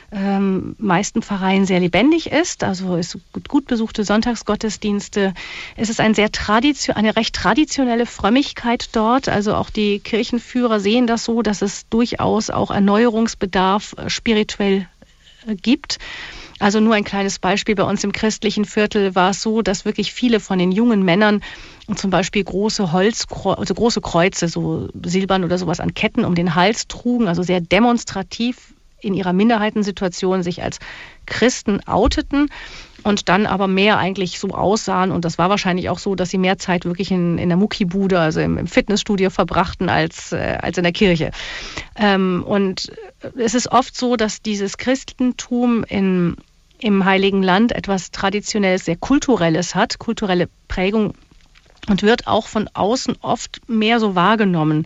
Speaker 2: Ähm, meisten Pfarreien sehr lebendig ist, also es gut, gut besuchte Sonntagsgottesdienste. Es ist ein sehr tradition, eine recht traditionelle Frömmigkeit dort, also auch die Kirchenführer sehen das so, dass es durchaus auch Erneuerungsbedarf äh, spirituell äh, gibt. Also nur ein kleines Beispiel, bei uns im christlichen Viertel war es so, dass wirklich viele von den jungen Männern zum Beispiel große Holzkreuze, also große Kreuze, so silbern oder sowas an Ketten um den Hals trugen, also sehr demonstrativ in ihrer Minderheitensituation sich als Christen outeten und dann aber mehr eigentlich so aussahen. Und das war wahrscheinlich auch so, dass sie mehr Zeit wirklich in, in der Muckibude, also im, im Fitnessstudio verbrachten als, äh, als in der Kirche. Ähm, und es ist oft so, dass dieses Christentum in, im Heiligen Land etwas Traditionelles, sehr Kulturelles hat, kulturelle Prägung und wird auch von außen oft mehr so wahrgenommen.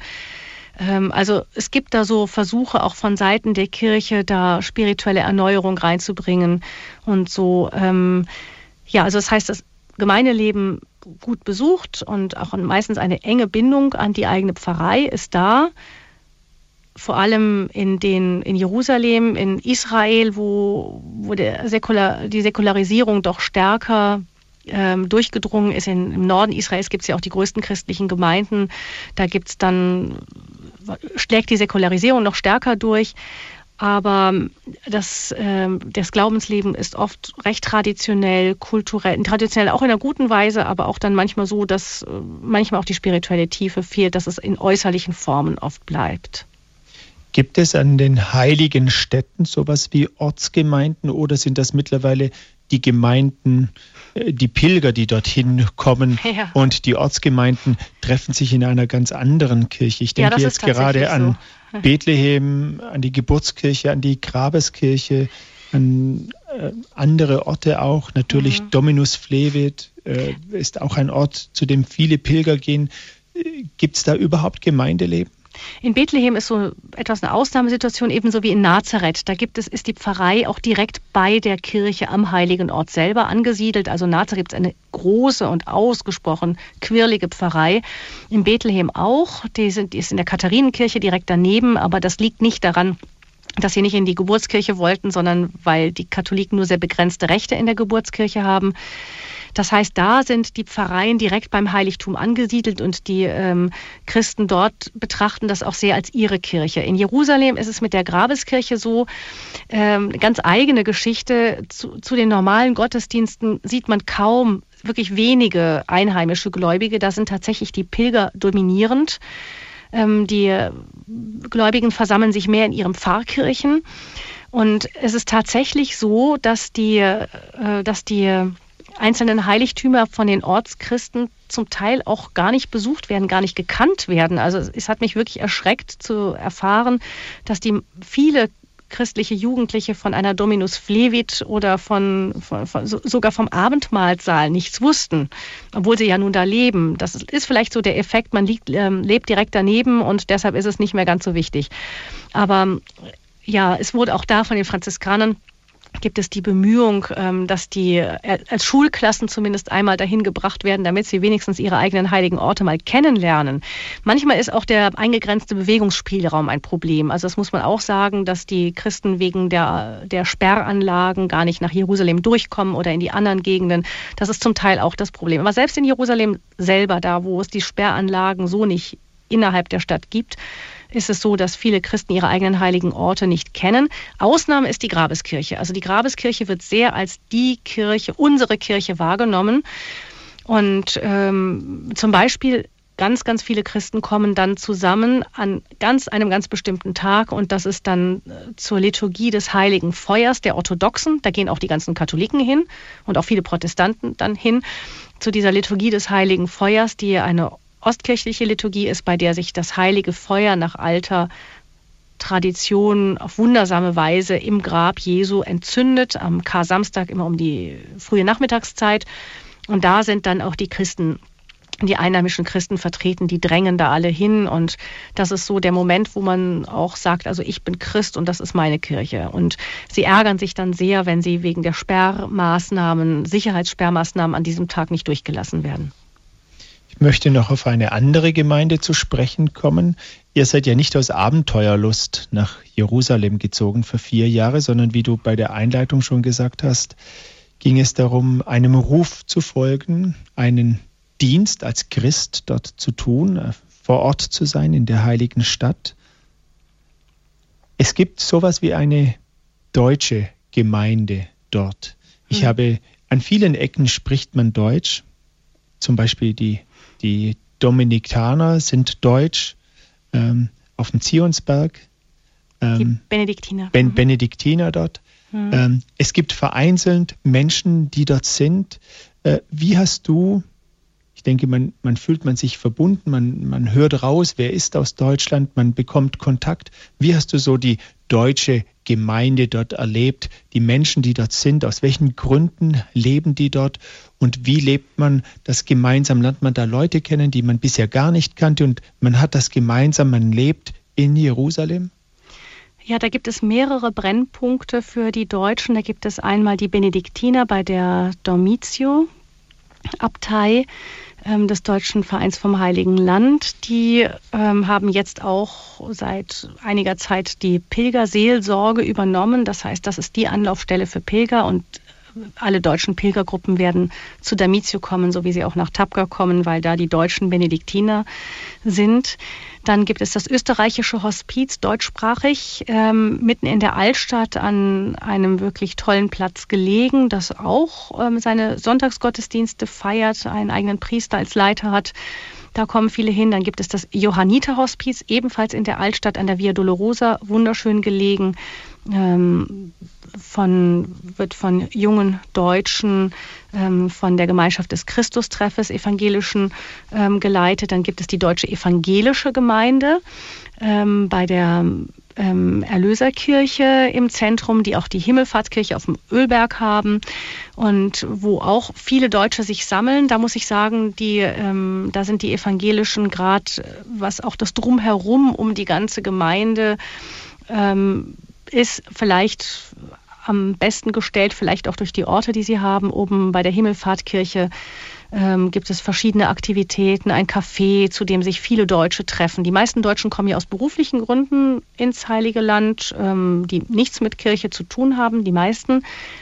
Speaker 2: Also es gibt da so Versuche auch von Seiten der Kirche, da spirituelle Erneuerung reinzubringen und so. Ähm, ja, also das heißt, das Gemeindeleben gut besucht und auch meistens eine enge Bindung an die eigene Pfarrei ist da. vor allem in, den, in Jerusalem, in Israel, wo, wo der Säkular, die Säkularisierung doch stärker ähm, durchgedrungen ist. In, Im Norden Israels gibt es ja auch die größten christlichen Gemeinden. Da gibt's dann, schlägt die Säkularisierung noch stärker durch. Aber das, äh, das Glaubensleben ist oft recht traditionell, kulturell, traditionell auch in einer guten Weise, aber auch dann manchmal so, dass äh, manchmal auch die spirituelle Tiefe fehlt, dass es in äußerlichen Formen oft bleibt.
Speaker 1: Gibt es an den heiligen Städten sowas wie Ortsgemeinden oder sind das mittlerweile die Gemeinden, die Pilger, die dorthin kommen, ja. und die Ortsgemeinden treffen sich in einer ganz anderen Kirche? Ich denke ja, jetzt gerade an so. Bethlehem, an die Geburtskirche, an die Grabeskirche, an äh, andere Orte auch. Natürlich mhm. Dominus Flevit äh, ist auch ein Ort, zu dem viele Pilger gehen. Äh, Gibt es da überhaupt Gemeindeleben?
Speaker 2: In Bethlehem ist so etwas eine Ausnahmesituation, ebenso wie in Nazareth. Da gibt es, ist die Pfarrei auch direkt bei der Kirche am heiligen Ort selber angesiedelt. Also in Nazareth gibt es eine große und ausgesprochen quirlige Pfarrei. In Bethlehem auch. Die, sind, die ist in der Katharinenkirche direkt daneben, aber das liegt nicht daran, dass sie nicht in die Geburtskirche wollten, sondern weil die Katholiken nur sehr begrenzte Rechte in der Geburtskirche haben. Das heißt, da sind die Pfarreien direkt beim Heiligtum angesiedelt und die ähm, Christen dort betrachten das auch sehr als ihre Kirche. In Jerusalem ist es mit der Grabeskirche so, ähm, ganz eigene Geschichte. Zu, zu den normalen Gottesdiensten sieht man kaum, wirklich wenige einheimische Gläubige. Da sind tatsächlich die Pilger dominierend. Ähm, die Gläubigen versammeln sich mehr in ihren Pfarrkirchen. Und es ist tatsächlich so, dass die, äh, dass die einzelnen Heiligtümer von den Ortschristen zum Teil auch gar nicht besucht werden, gar nicht gekannt werden. Also es hat mich wirklich erschreckt zu erfahren, dass die viele christliche Jugendliche von einer Dominus Flevit oder von, von, von sogar vom Abendmahlsaal nichts wussten, obwohl sie ja nun da leben. Das ist vielleicht so der Effekt, man liegt, äh, lebt direkt daneben und deshalb ist es nicht mehr ganz so wichtig. Aber ja, es wurde auch da von den Franziskanern gibt es die Bemühung, dass die als Schulklassen zumindest einmal dahin gebracht werden, damit sie wenigstens ihre eigenen heiligen Orte mal kennenlernen. Manchmal ist auch der eingegrenzte Bewegungsspielraum ein Problem. Also das muss man auch sagen, dass die Christen wegen der, der Sperranlagen gar nicht nach Jerusalem durchkommen oder in die anderen Gegenden. Das ist zum Teil auch das Problem. Aber selbst in Jerusalem selber, da wo es die Sperranlagen so nicht innerhalb der Stadt gibt, ist es so, dass viele Christen ihre eigenen heiligen Orte nicht kennen. Ausnahme ist die Grabeskirche. Also die Grabeskirche wird sehr als die Kirche, unsere Kirche wahrgenommen. Und ähm, zum Beispiel ganz, ganz viele Christen kommen dann zusammen an ganz einem ganz bestimmten Tag und das ist dann zur Liturgie des Heiligen Feuers der Orthodoxen. Da gehen auch die ganzen Katholiken hin und auch viele Protestanten dann hin zu dieser Liturgie des Heiligen Feuers, die eine ostkirchliche Liturgie ist, bei der sich das heilige Feuer nach alter Tradition auf wundersame Weise im Grab Jesu entzündet, am Kar-Samstag immer um die frühe Nachmittagszeit. Und da sind dann auch die Christen, die einheimischen Christen vertreten, die drängen da alle hin. Und das ist so der Moment, wo man auch sagt, also ich bin Christ und das ist meine Kirche. Und sie ärgern sich dann sehr, wenn sie wegen der Sperrmaßnahmen, Sicherheitssperrmaßnahmen an diesem Tag nicht durchgelassen werden.
Speaker 1: Ich möchte noch auf eine andere Gemeinde zu sprechen kommen. Ihr seid ja nicht aus Abenteuerlust nach Jerusalem gezogen für vier Jahre, sondern wie du bei der Einleitung schon gesagt hast, ging es darum, einem Ruf zu folgen, einen Dienst als Christ dort zu tun, vor Ort zu sein in der heiligen Stadt. Es gibt sowas wie eine deutsche Gemeinde dort. Ich hm. habe, an vielen Ecken spricht man Deutsch, zum Beispiel die Die Dominikaner sind deutsch, ähm, auf dem Zionsberg.
Speaker 2: Ähm, die Benediktiner.
Speaker 1: Ben- Benediktiner dort. Mhm. Ähm, es gibt vereinzelt Menschen, die dort sind. Äh, wie hast du, ich denke, man, man fühlt man sich verbunden, man, man hört raus, wer ist aus Deutschland, man bekommt Kontakt. Wie hast du so die deutsche Gemeinde dort erlebt, die Menschen, die dort sind, aus welchen Gründen leben die dort und wie lebt man das gemeinsam? Lernt man da Leute kennen, die man bisher gar nicht kannte und man hat das gemeinsam, man lebt in Jerusalem?
Speaker 2: Ja, da gibt es mehrere Brennpunkte für die Deutschen. Da gibt es einmal die Benediktiner bei der Dormitio-Abtei. ähm, des Deutschen Vereins vom Heiligen Land. Die ähm, haben jetzt auch seit einiger Zeit die Pilgerseelsorge übernommen. Das heißt, das ist die Anlaufstelle für Pilger und alle deutschen Pilgergruppen werden zu Damitio kommen, so wie sie auch nach Tabgha kommen, weil da die deutschen Benediktiner sind. Dann gibt es das österreichische Hospiz, deutschsprachig, ähm, mitten in der Altstadt an einem wirklich tollen Platz gelegen, das auch ähm, seine Sonntagsgottesdienste feiert, einen eigenen Priester als Leiter hat. Da kommen viele hin. Dann gibt es das Johanniterhospiz, ebenfalls in der Altstadt an der Via Dolorosa, wunderschön gelegen. Ähm, von, wird von jungen Deutschen ähm, von der Gemeinschaft des Christustreffes Evangelischen ähm, geleitet. Dann gibt es die Deutsche Evangelische Gemeinde ähm, bei der ähm, Erlöserkirche im Zentrum, die auch die Himmelfahrtskirche auf dem Ölberg haben und wo auch viele Deutsche sich sammeln. Da muss ich sagen, die, ähm, da sind die Evangelischen gerade, was auch das Drumherum um die ganze Gemeinde ähm, ist, vielleicht am besten gestellt, vielleicht auch durch die Orte, die sie haben. Oben bei der Himmelfahrtkirche ähm, gibt es verschiedene Aktivitäten, ein Café, zu dem sich viele Deutsche treffen. Die meisten Deutschen kommen ja aus beruflichen Gründen ins Heilige Land, ähm, die nichts mit Kirche zu tun haben, die meisten.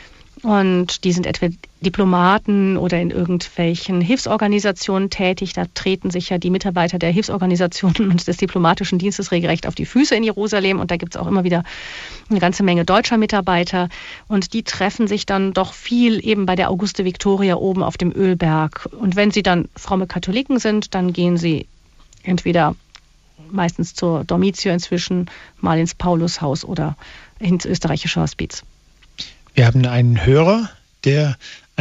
Speaker 2: Und die sind etwa Diplomaten oder in irgendwelchen Hilfsorganisationen tätig. Da treten sich ja die Mitarbeiter der Hilfsorganisationen und des diplomatischen Dienstes regelrecht auf die Füße in Jerusalem. Und da gibt es auch immer wieder eine ganze Menge deutscher Mitarbeiter. Und die treffen sich dann doch viel eben bei der Auguste Victoria oben auf dem Ölberg. Und wenn sie dann fromme Katholiken sind, dann gehen sie entweder meistens zur Dormitio inzwischen, mal ins Paulushaus oder ins österreichische Hospiz.
Speaker 1: Wir haben einen Hörer, der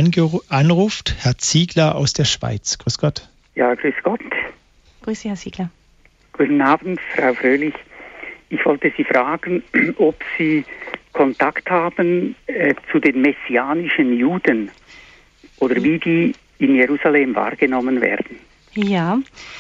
Speaker 1: anruft, Herr Ziegler aus der Schweiz. Grüß Gott.
Speaker 7: Ja, grüß Gott.
Speaker 2: Grüß Sie, Herr Ziegler.
Speaker 7: Guten Abend, Frau Fröhlich. Ich wollte Sie fragen, ob Sie Kontakt haben äh, zu den messianischen Juden oder wie die in Jerusalem wahrgenommen werden.
Speaker 2: Ja,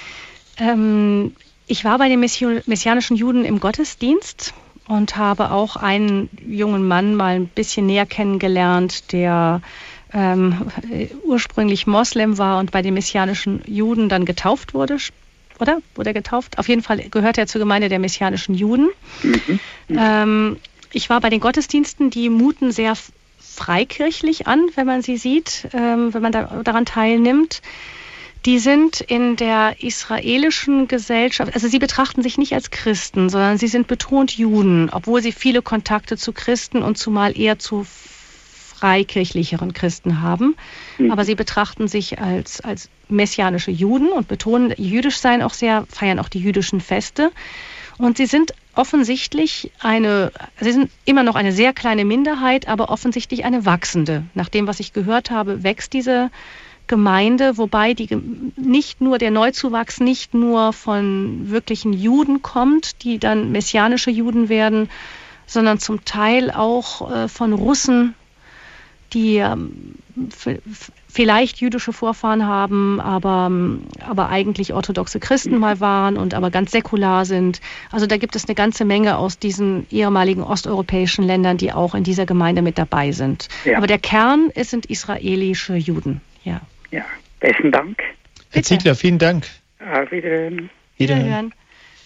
Speaker 2: ähm, ich war bei den messianischen Juden im Gottesdienst und habe auch einen jungen Mann mal ein bisschen näher kennengelernt, der ähm, ursprünglich Moslem war und bei den messianischen Juden dann getauft wurde. Oder? Wurde er getauft? Auf jeden Fall gehört er zur Gemeinde der messianischen Juden. Mhm. Ähm, ich war bei den Gottesdiensten, die muten sehr freikirchlich an, wenn man sie sieht, ähm, wenn man da, daran teilnimmt. Die sind in der israelischen Gesellschaft, also sie betrachten sich nicht als Christen, sondern sie sind betont Juden, obwohl sie viele Kontakte zu Christen und zumal eher zu freikirchlicheren Christen haben. Mhm. Aber sie betrachten sich als, als messianische Juden und betonen jüdisch sein auch sehr, feiern auch die jüdischen Feste. Und sie sind offensichtlich eine, sie sind immer noch eine sehr kleine Minderheit, aber offensichtlich eine wachsende. Nach dem, was ich gehört habe, wächst diese Gemeinde, wobei die, nicht nur der Neuzuwachs nicht nur von wirklichen Juden kommt, die dann messianische Juden werden, sondern zum Teil auch äh, von Russen, die ähm, f- vielleicht jüdische Vorfahren haben, aber, aber eigentlich orthodoxe Christen mal waren und aber ganz säkular sind. Also da gibt es eine ganze Menge aus diesen ehemaligen osteuropäischen Ländern, die auch in dieser Gemeinde mit dabei sind. Ja. Aber der Kern ist, sind israelische Juden. Ja.
Speaker 7: Ja, besten Dank.
Speaker 1: Herr Ziegler, vielen Dank.
Speaker 7: Auf Wiederhören.
Speaker 2: Wiederhören.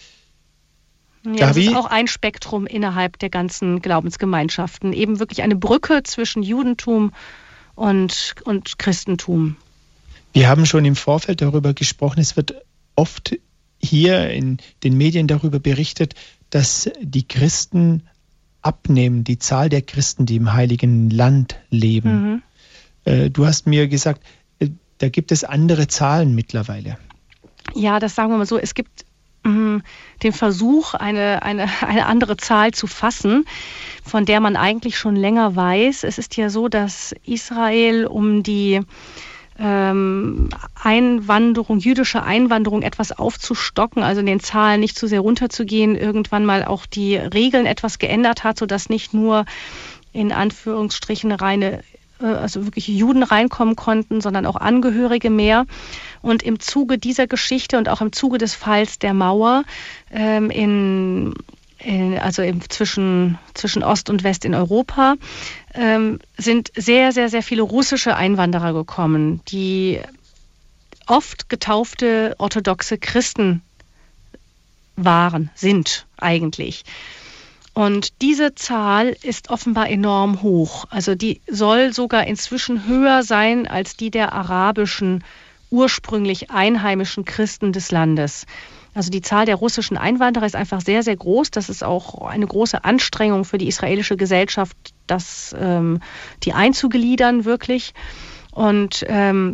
Speaker 2: Ja, das ist auch ein Spektrum innerhalb der ganzen Glaubensgemeinschaften. Eben wirklich eine Brücke zwischen Judentum und, und Christentum.
Speaker 1: Wir haben schon im Vorfeld darüber gesprochen. Es wird oft hier in den Medien darüber berichtet, dass die Christen abnehmen, die Zahl der Christen, die im Heiligen Land leben. Mhm. Du hast mir gesagt, da gibt es andere Zahlen mittlerweile.
Speaker 2: Ja, das sagen wir mal so. Es gibt mh, den Versuch, eine, eine, eine andere Zahl zu fassen, von der man eigentlich schon länger weiß. Es ist ja so, dass Israel um die ähm, Einwanderung, jüdische Einwanderung etwas aufzustocken, also in den Zahlen nicht zu sehr runterzugehen, irgendwann mal auch die Regeln etwas geändert hat, sodass nicht nur in Anführungsstrichen reine also wirklich Juden reinkommen konnten, sondern auch Angehörige mehr. Und im Zuge dieser Geschichte und auch im Zuge des Falls der Mauer ähm, in, in, also im, zwischen, zwischen Ost und West in Europa ähm, sind sehr, sehr, sehr viele russische Einwanderer gekommen, die oft getaufte orthodoxe Christen waren, sind eigentlich. Und diese Zahl ist offenbar enorm hoch. Also die soll sogar inzwischen höher sein als die der arabischen, ursprünglich einheimischen Christen des Landes. Also die Zahl der russischen Einwanderer ist einfach sehr, sehr groß. Das ist auch eine große Anstrengung für die israelische Gesellschaft, das, ähm, die einzugliedern wirklich. Und ähm,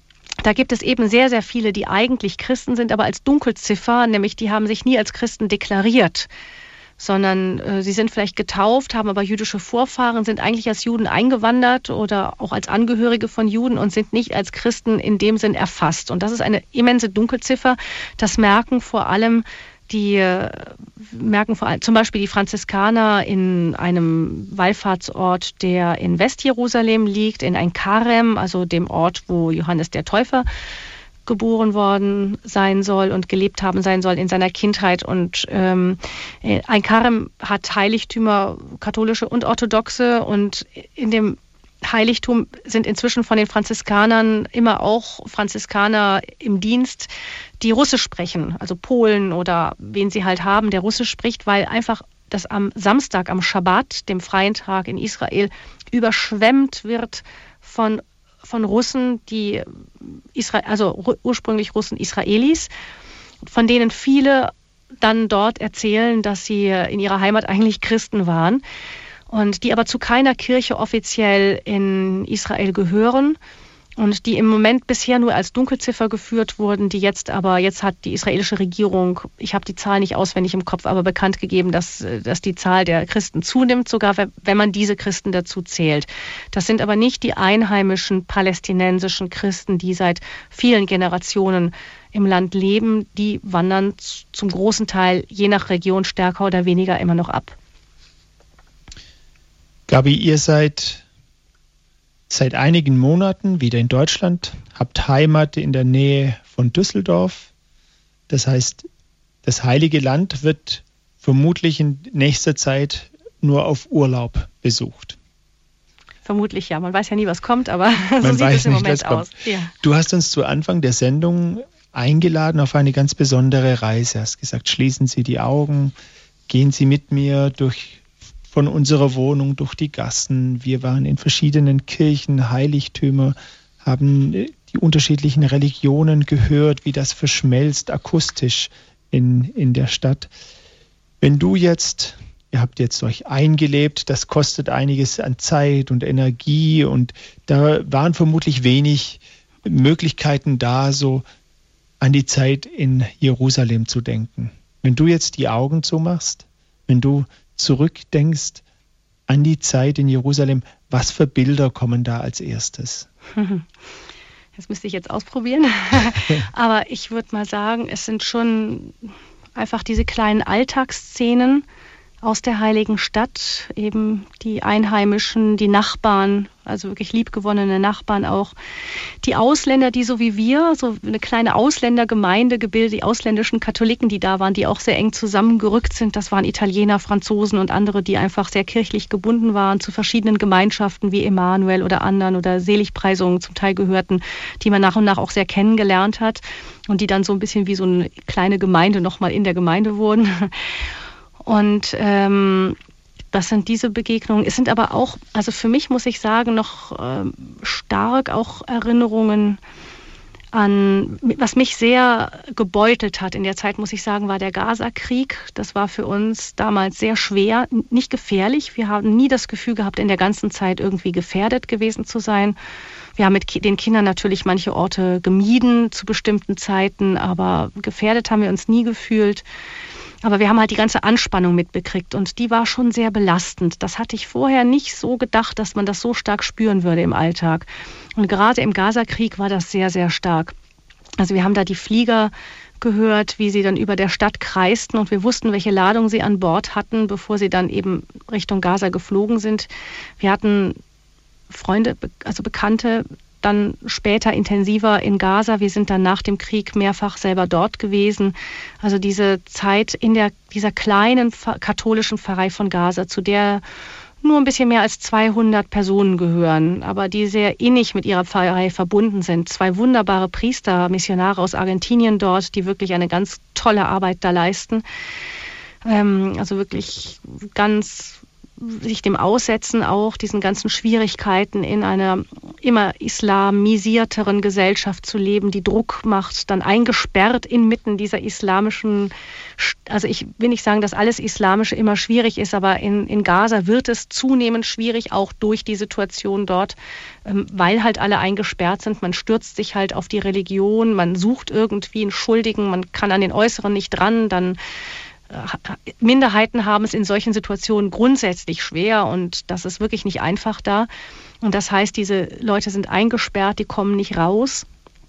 Speaker 2: da gibt es eben sehr, sehr viele, die eigentlich Christen sind, aber als Dunkelziffer, nämlich die haben sich nie als Christen deklariert, sondern äh, sie sind vielleicht getauft, haben aber jüdische Vorfahren, sind eigentlich als Juden eingewandert oder auch als Angehörige von Juden und sind nicht als Christen in dem Sinn erfasst. Und das ist eine immense Dunkelziffer. Das merken vor allem die, äh, merken vor allem zum Beispiel die Franziskaner in einem Wallfahrtsort, der in Westjerusalem liegt, in Ein Karem, also dem Ort, wo Johannes der Täufer geboren worden sein soll und gelebt haben sein soll in seiner Kindheit. Und ähm, Ein Karem hat Heiligtümer, katholische und orthodoxe, und in dem Heiligtum sind inzwischen von den Franziskanern immer auch Franziskaner im Dienst, die Russisch sprechen, also Polen oder wen sie halt haben, der Russisch spricht, weil einfach das am Samstag, am Schabbat, dem freien Tag in Israel, überschwemmt wird von von Russen, die Isra- also ursprünglich Russen Israelis, von denen viele dann dort erzählen, dass sie in ihrer Heimat eigentlich Christen waren und die aber zu keiner Kirche offiziell in Israel gehören und die im Moment bisher nur als Dunkelziffer geführt wurden, die jetzt aber, jetzt hat die israelische Regierung, ich habe die Zahl nicht auswendig im Kopf, aber bekannt gegeben, dass, dass die Zahl der Christen zunimmt, sogar wenn man diese Christen dazu zählt. Das sind aber nicht die einheimischen palästinensischen Christen, die seit vielen Generationen im Land leben, die wandern zum großen Teil je nach Region stärker oder weniger immer noch ab.
Speaker 1: Gabi, ihr seid seit einigen Monaten wieder in Deutschland, habt Heimat in der Nähe von Düsseldorf. Das heißt, das Heilige Land wird vermutlich in nächster Zeit nur auf Urlaub besucht.
Speaker 2: Vermutlich ja. Man weiß ja nie, was kommt, aber so
Speaker 1: Man
Speaker 2: sieht
Speaker 1: weiß
Speaker 2: es im
Speaker 1: nicht,
Speaker 2: Moment
Speaker 1: was kommt.
Speaker 2: aus. Ja.
Speaker 1: Du hast uns zu Anfang der Sendung eingeladen auf eine ganz besondere Reise. Du hast gesagt, schließen Sie die Augen, gehen Sie mit mir durch von unserer Wohnung durch die Gassen. Wir waren in verschiedenen Kirchen, Heiligtümer, haben die unterschiedlichen Religionen gehört, wie das verschmelzt akustisch in, in der Stadt. Wenn du jetzt, ihr habt jetzt euch eingelebt, das kostet einiges an Zeit und Energie und da waren vermutlich wenig Möglichkeiten da, so an die Zeit in Jerusalem zu denken. Wenn du jetzt die Augen zumachst, wenn du zurückdenkst an die Zeit in Jerusalem, was für Bilder kommen da als erstes?
Speaker 2: Das müsste ich jetzt ausprobieren. Aber ich würde mal sagen, es sind schon einfach diese kleinen Alltagsszenen aus der heiligen Stadt, eben die Einheimischen, die Nachbarn, also wirklich liebgewonnene Nachbarn auch, die Ausländer, die so wie wir, so eine kleine Ausländergemeinde gebildet, die ausländischen Katholiken, die da waren, die auch sehr eng zusammengerückt sind, das waren Italiener, Franzosen und andere, die einfach sehr kirchlich gebunden waren zu verschiedenen Gemeinschaften wie Emanuel oder anderen oder Seligpreisungen zum Teil gehörten, die man nach und nach auch sehr kennengelernt hat und die dann so ein bisschen wie so eine kleine Gemeinde nochmal in der Gemeinde wurden. Und ähm, das sind diese Begegnungen. Es sind aber auch, also für mich muss ich sagen, noch ähm, stark auch Erinnerungen an, was mich sehr gebeutelt hat in der Zeit, muss ich sagen, war der Gaza-Krieg. Das war für uns damals sehr schwer, nicht gefährlich. Wir haben nie das Gefühl gehabt, in der ganzen Zeit irgendwie gefährdet gewesen zu sein. Wir haben mit den Kindern natürlich manche Orte gemieden zu bestimmten Zeiten, aber gefährdet haben wir uns nie gefühlt. Aber wir haben halt die ganze Anspannung mitbekriegt und die war schon sehr belastend. Das hatte ich vorher nicht so gedacht, dass man das so stark spüren würde im Alltag. Und gerade im Gaza-Krieg war das sehr, sehr stark. Also wir haben da die Flieger gehört, wie sie dann über der Stadt kreisten und wir wussten, welche Ladung sie an Bord hatten, bevor sie dann eben Richtung Gaza geflogen sind. Wir hatten Freunde, also Bekannte, dann später intensiver in Gaza. Wir sind dann nach dem Krieg mehrfach selber dort gewesen. Also diese Zeit in der, dieser kleinen katholischen Pfarrei von Gaza, zu der nur ein bisschen mehr als zweihundert Personen gehören, aber die sehr innig mit ihrer Pfarrei verbunden sind. Zwei wunderbare Priester, Missionare aus Argentinien dort, die wirklich eine ganz tolle Arbeit da leisten. Ähm, also wirklich ganz sich dem aussetzen, auch diesen ganzen Schwierigkeiten in einer immer islamisierteren Gesellschaft zu leben, die Druck macht, dann eingesperrt inmitten dieser islamischen, also ich will nicht sagen, dass alles Islamische immer schwierig ist, aber in, in Gaza wird es zunehmend schwierig, auch durch die Situation dort, weil halt alle eingesperrt sind. Man stürzt sich halt auf die Religion, man sucht irgendwie einen Schuldigen, man kann an den Äußeren nicht dran, dann Minderheiten haben es in solchen Situationen grundsätzlich schwer und das ist wirklich nicht einfach da. Und das heißt, diese Leute sind eingesperrt, die kommen nicht raus.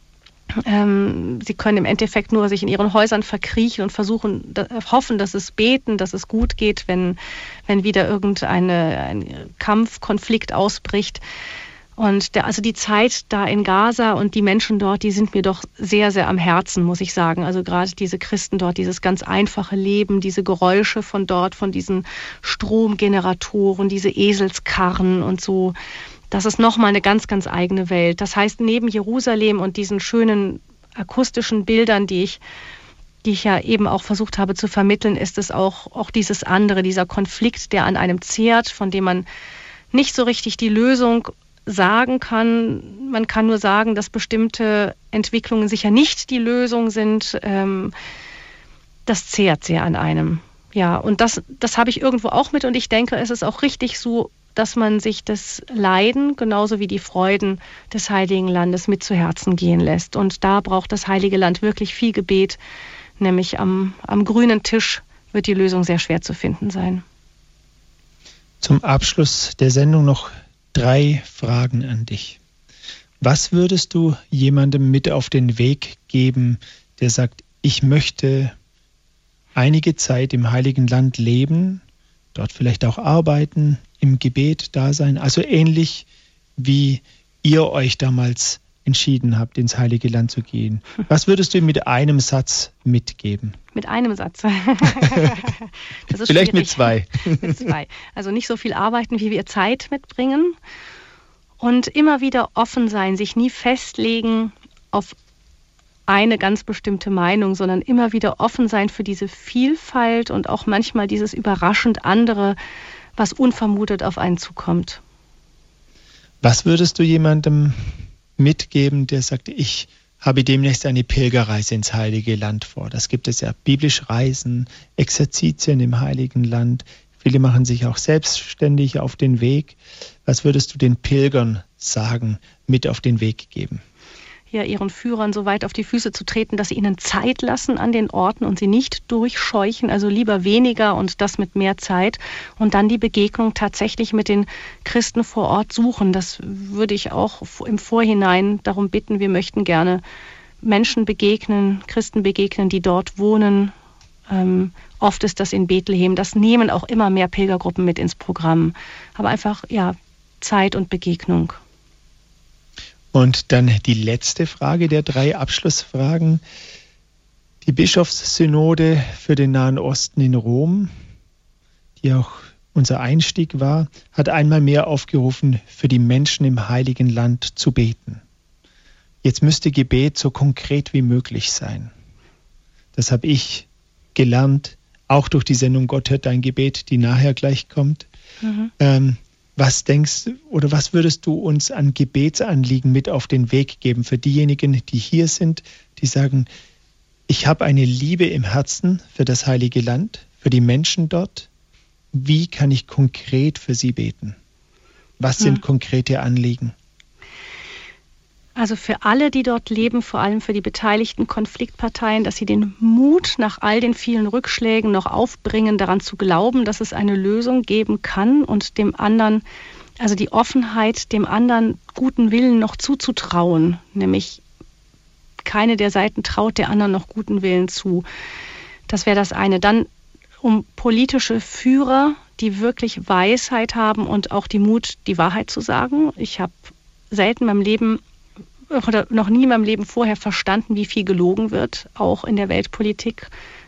Speaker 2: Ähm, sie können im Endeffekt nur sich in ihren Häusern verkriechen und versuchen, da, hoffen, dass es beten, dass es gut geht, wenn, wenn wieder irgendeine ein Kampf, Konflikt ausbricht. Und der, also die Zeit da in Gaza und die Menschen dort, die sind mir doch sehr, sehr am Herzen, muss ich sagen. Also gerade diese Christen dort, dieses ganz einfache Leben, diese Geräusche von dort, von diesen Stromgeneratoren, diese Eselskarren und so. Das ist nochmal eine ganz, ganz eigene Welt. Das heißt, neben Jerusalem und diesen schönen akustischen Bildern, die ich, die ich ja eben auch versucht habe zu vermitteln, ist es auch, auch dieses andere, dieser Konflikt, der an einem zehrt, von dem man nicht so richtig die Lösung sagen kann. Man kann nur sagen, dass bestimmte Entwicklungen sicher nicht die Lösung sind. Ähm, das zehrt sehr an einem. Ja, und das, das habe ich irgendwo auch mit und ich denke, es ist auch richtig so, dass man sich das Leiden genauso wie die Freuden des Heiligen Landes mit zu Herzen gehen lässt. Und da braucht das Heilige Land wirklich viel Gebet, nämlich am, am grünen Tisch wird die Lösung sehr schwer zu finden sein.
Speaker 1: Zum Abschluss der Sendung noch drei Fragen an dich. Was würdest du jemandem mit auf den Weg geben, der sagt, ich möchte einige Zeit im Heiligen Land leben, dort vielleicht auch arbeiten, im Gebet da sein, also ähnlich wie ihr euch damals entschieden habt, ins Heilige Land zu gehen. Was würdest du ihm mit einem Satz mitgeben?
Speaker 2: Mit einem Satz. Das ist
Speaker 1: vielleicht
Speaker 2: schwierig.
Speaker 1: mit zwei.
Speaker 2: Mit zwei. Also nicht so viel arbeiten, wie wir Zeit mitbringen. Und immer wieder offen sein, sich nie festlegen auf eine ganz bestimmte Meinung, sondern immer wieder offen sein für diese Vielfalt und auch manchmal dieses überraschend andere, was unvermutet auf einen zukommt.
Speaker 1: Was würdest du jemandem mitgeben, der sagt, ich habe demnächst eine Pilgerreise ins Heilige Land vor? Das gibt es ja, biblisch Reisen, Exerzitien im Heiligen Land. Viele machen sich auch selbstständig auf den Weg. Was würdest du den Pilgern sagen, mit auf den Weg geben?
Speaker 2: Ja, ihren Führern so weit auf die Füße zu treten, dass sie ihnen Zeit lassen an den Orten und sie nicht durchscheuchen, also lieber weniger und das mit mehr Zeit und dann die Begegnung tatsächlich mit den Christen vor Ort suchen. Das würde ich auch im Vorhinein darum bitten, wir möchten gerne Menschen begegnen, Christen begegnen, die dort wohnen. Ähm, oft ist das in Bethlehem, das nehmen auch immer mehr Pilgergruppen mit ins Programm, aber einfach, ja, Zeit und Begegnung.
Speaker 1: Und dann die letzte Frage der drei Abschlussfragen. Die Bischofssynode für den Nahen Osten in Rom, die auch unser Einstieg war, hat einmal mehr aufgerufen, für die Menschen im Heiligen Land zu beten. Jetzt müsste Gebet so konkret wie möglich sein. Das habe ich gelernt, auch durch die Sendung Gott hört dein Gebet, die nachher gleich kommt. Mhm. Ähm, Was denkst du oder was würdest du uns an Gebetsanliegen mit auf den Weg geben für diejenigen, die hier sind, die sagen, ich habe eine Liebe im Herzen für das Heilige Land, für die Menschen dort. Wie kann ich konkret für sie beten? Was sind hm. konkrete Anliegen?
Speaker 2: Also für alle, die dort leben, vor allem für die beteiligten Konfliktparteien, dass sie den Mut nach all den vielen Rückschlägen noch aufbringen, daran zu glauben, dass es eine Lösung geben kann und dem anderen, also die Offenheit, dem anderen guten Willen noch zuzutrauen. Nämlich keine der Seiten traut der anderen noch guten Willen zu. Das wäre das eine. Dann um politische Führer, die wirklich Weisheit haben und auch die Mut, die Wahrheit zu sagen. Ich habe selten in meinem Leben oder noch nie in meinem Leben vorher verstanden, wie viel gelogen wird, auch in der Weltpolitik.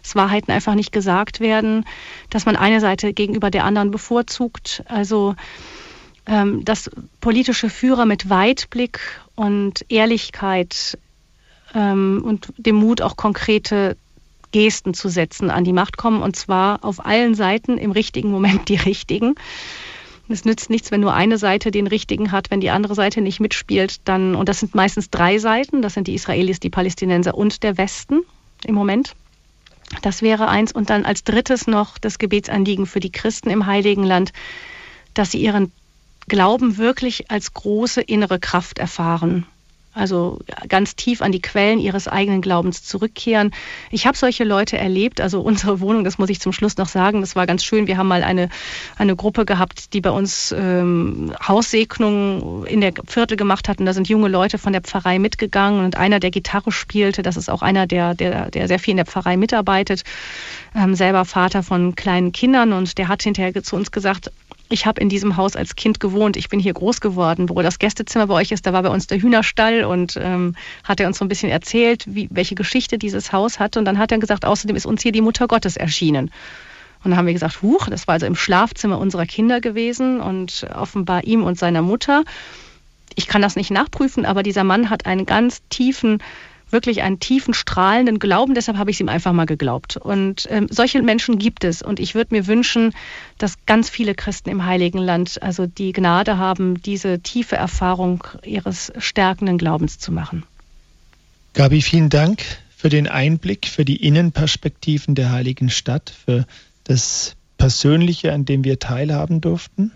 Speaker 2: dass Wahrheiten einfach nicht gesagt werden, dass man eine Seite gegenüber der anderen bevorzugt. Also ähm, dass politische Führer mit Weitblick und Ehrlichkeit ähm, und dem Mut, auch konkrete Gesten zu setzen, an die Macht kommen, und zwar auf allen Seiten im richtigen Moment die richtigen. Es nützt nichts, wenn nur eine Seite den richtigen hat, wenn die andere Seite nicht mitspielt, dann, und das sind meistens drei Seiten, das sind die Israelis, die Palästinenser und der Westen im Moment. Das wäre eins. Und dann als drittes noch das Gebetsanliegen für die Christen im Heiligen Land, dass sie ihren Glauben wirklich als große innere Kraft erfahren. Also ganz tief an die Quellen ihres eigenen Glaubens zurückkehren. Ich habe solche Leute erlebt, also unsere Wohnung, das muss ich zum Schluss noch sagen, das war ganz schön. Wir haben mal eine, eine Gruppe gehabt, die bei uns ähm, Haussegnungen in der Viertel gemacht hatten. Da sind junge Leute von der Pfarrei mitgegangen und einer, der Gitarre spielte, das ist auch einer, der, der, der sehr viel in der Pfarrei mitarbeitet, ähm, selber Vater von kleinen Kindern, und der hat hinterher zu uns gesagt, ich habe in diesem Haus als Kind gewohnt, ich bin hier groß geworden. Wo das Gästezimmer bei euch ist, da war bei uns der Hühnerstall, und ähm, hat er uns so ein bisschen erzählt, wie, welche Geschichte dieses Haus hatte. Und dann hat er gesagt, außerdem ist uns hier die Mutter Gottes erschienen. Und dann haben wir gesagt, huch, das war also im Schlafzimmer unserer Kinder gewesen und offenbar ihm und seiner Mutter. Ich kann das nicht nachprüfen, aber dieser Mann hat einen ganz tiefen, wirklich einen tiefen, strahlenden Glauben, deshalb habe ich es ihm einfach mal geglaubt. Und ähm, solche Menschen gibt es, und ich würde mir wünschen, dass ganz viele Christen im Heiligen Land also die Gnade haben, diese tiefe Erfahrung ihres stärkenden Glaubens zu machen.
Speaker 1: Gabi, vielen Dank für den Einblick, für die Innenperspektiven der Heiligen Stadt, für das Persönliche, an dem wir teilhaben durften.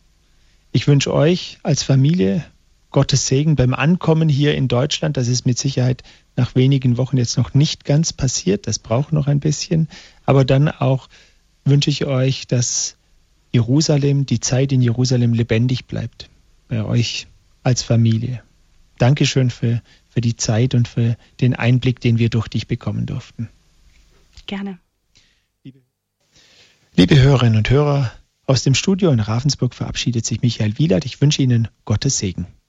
Speaker 1: Ich wünsche euch als Familie Gottes Segen beim Ankommen hier in Deutschland. Das ist mit Sicherheit nach wenigen Wochen jetzt noch nicht ganz passiert. Das braucht noch ein bisschen. Aber dann auch wünsche ich euch, dass Jerusalem, die Zeit in Jerusalem lebendig bleibt. Bei euch als Familie. Dankeschön für, für die Zeit und für den Einblick, den wir durch dich bekommen durften.
Speaker 2: Gerne.
Speaker 1: Liebe, liebe Hörerinnen und Hörer, aus dem Studio in Ravensburg verabschiedet sich Michael Wielert. Ich wünsche Ihnen Gottes Segen.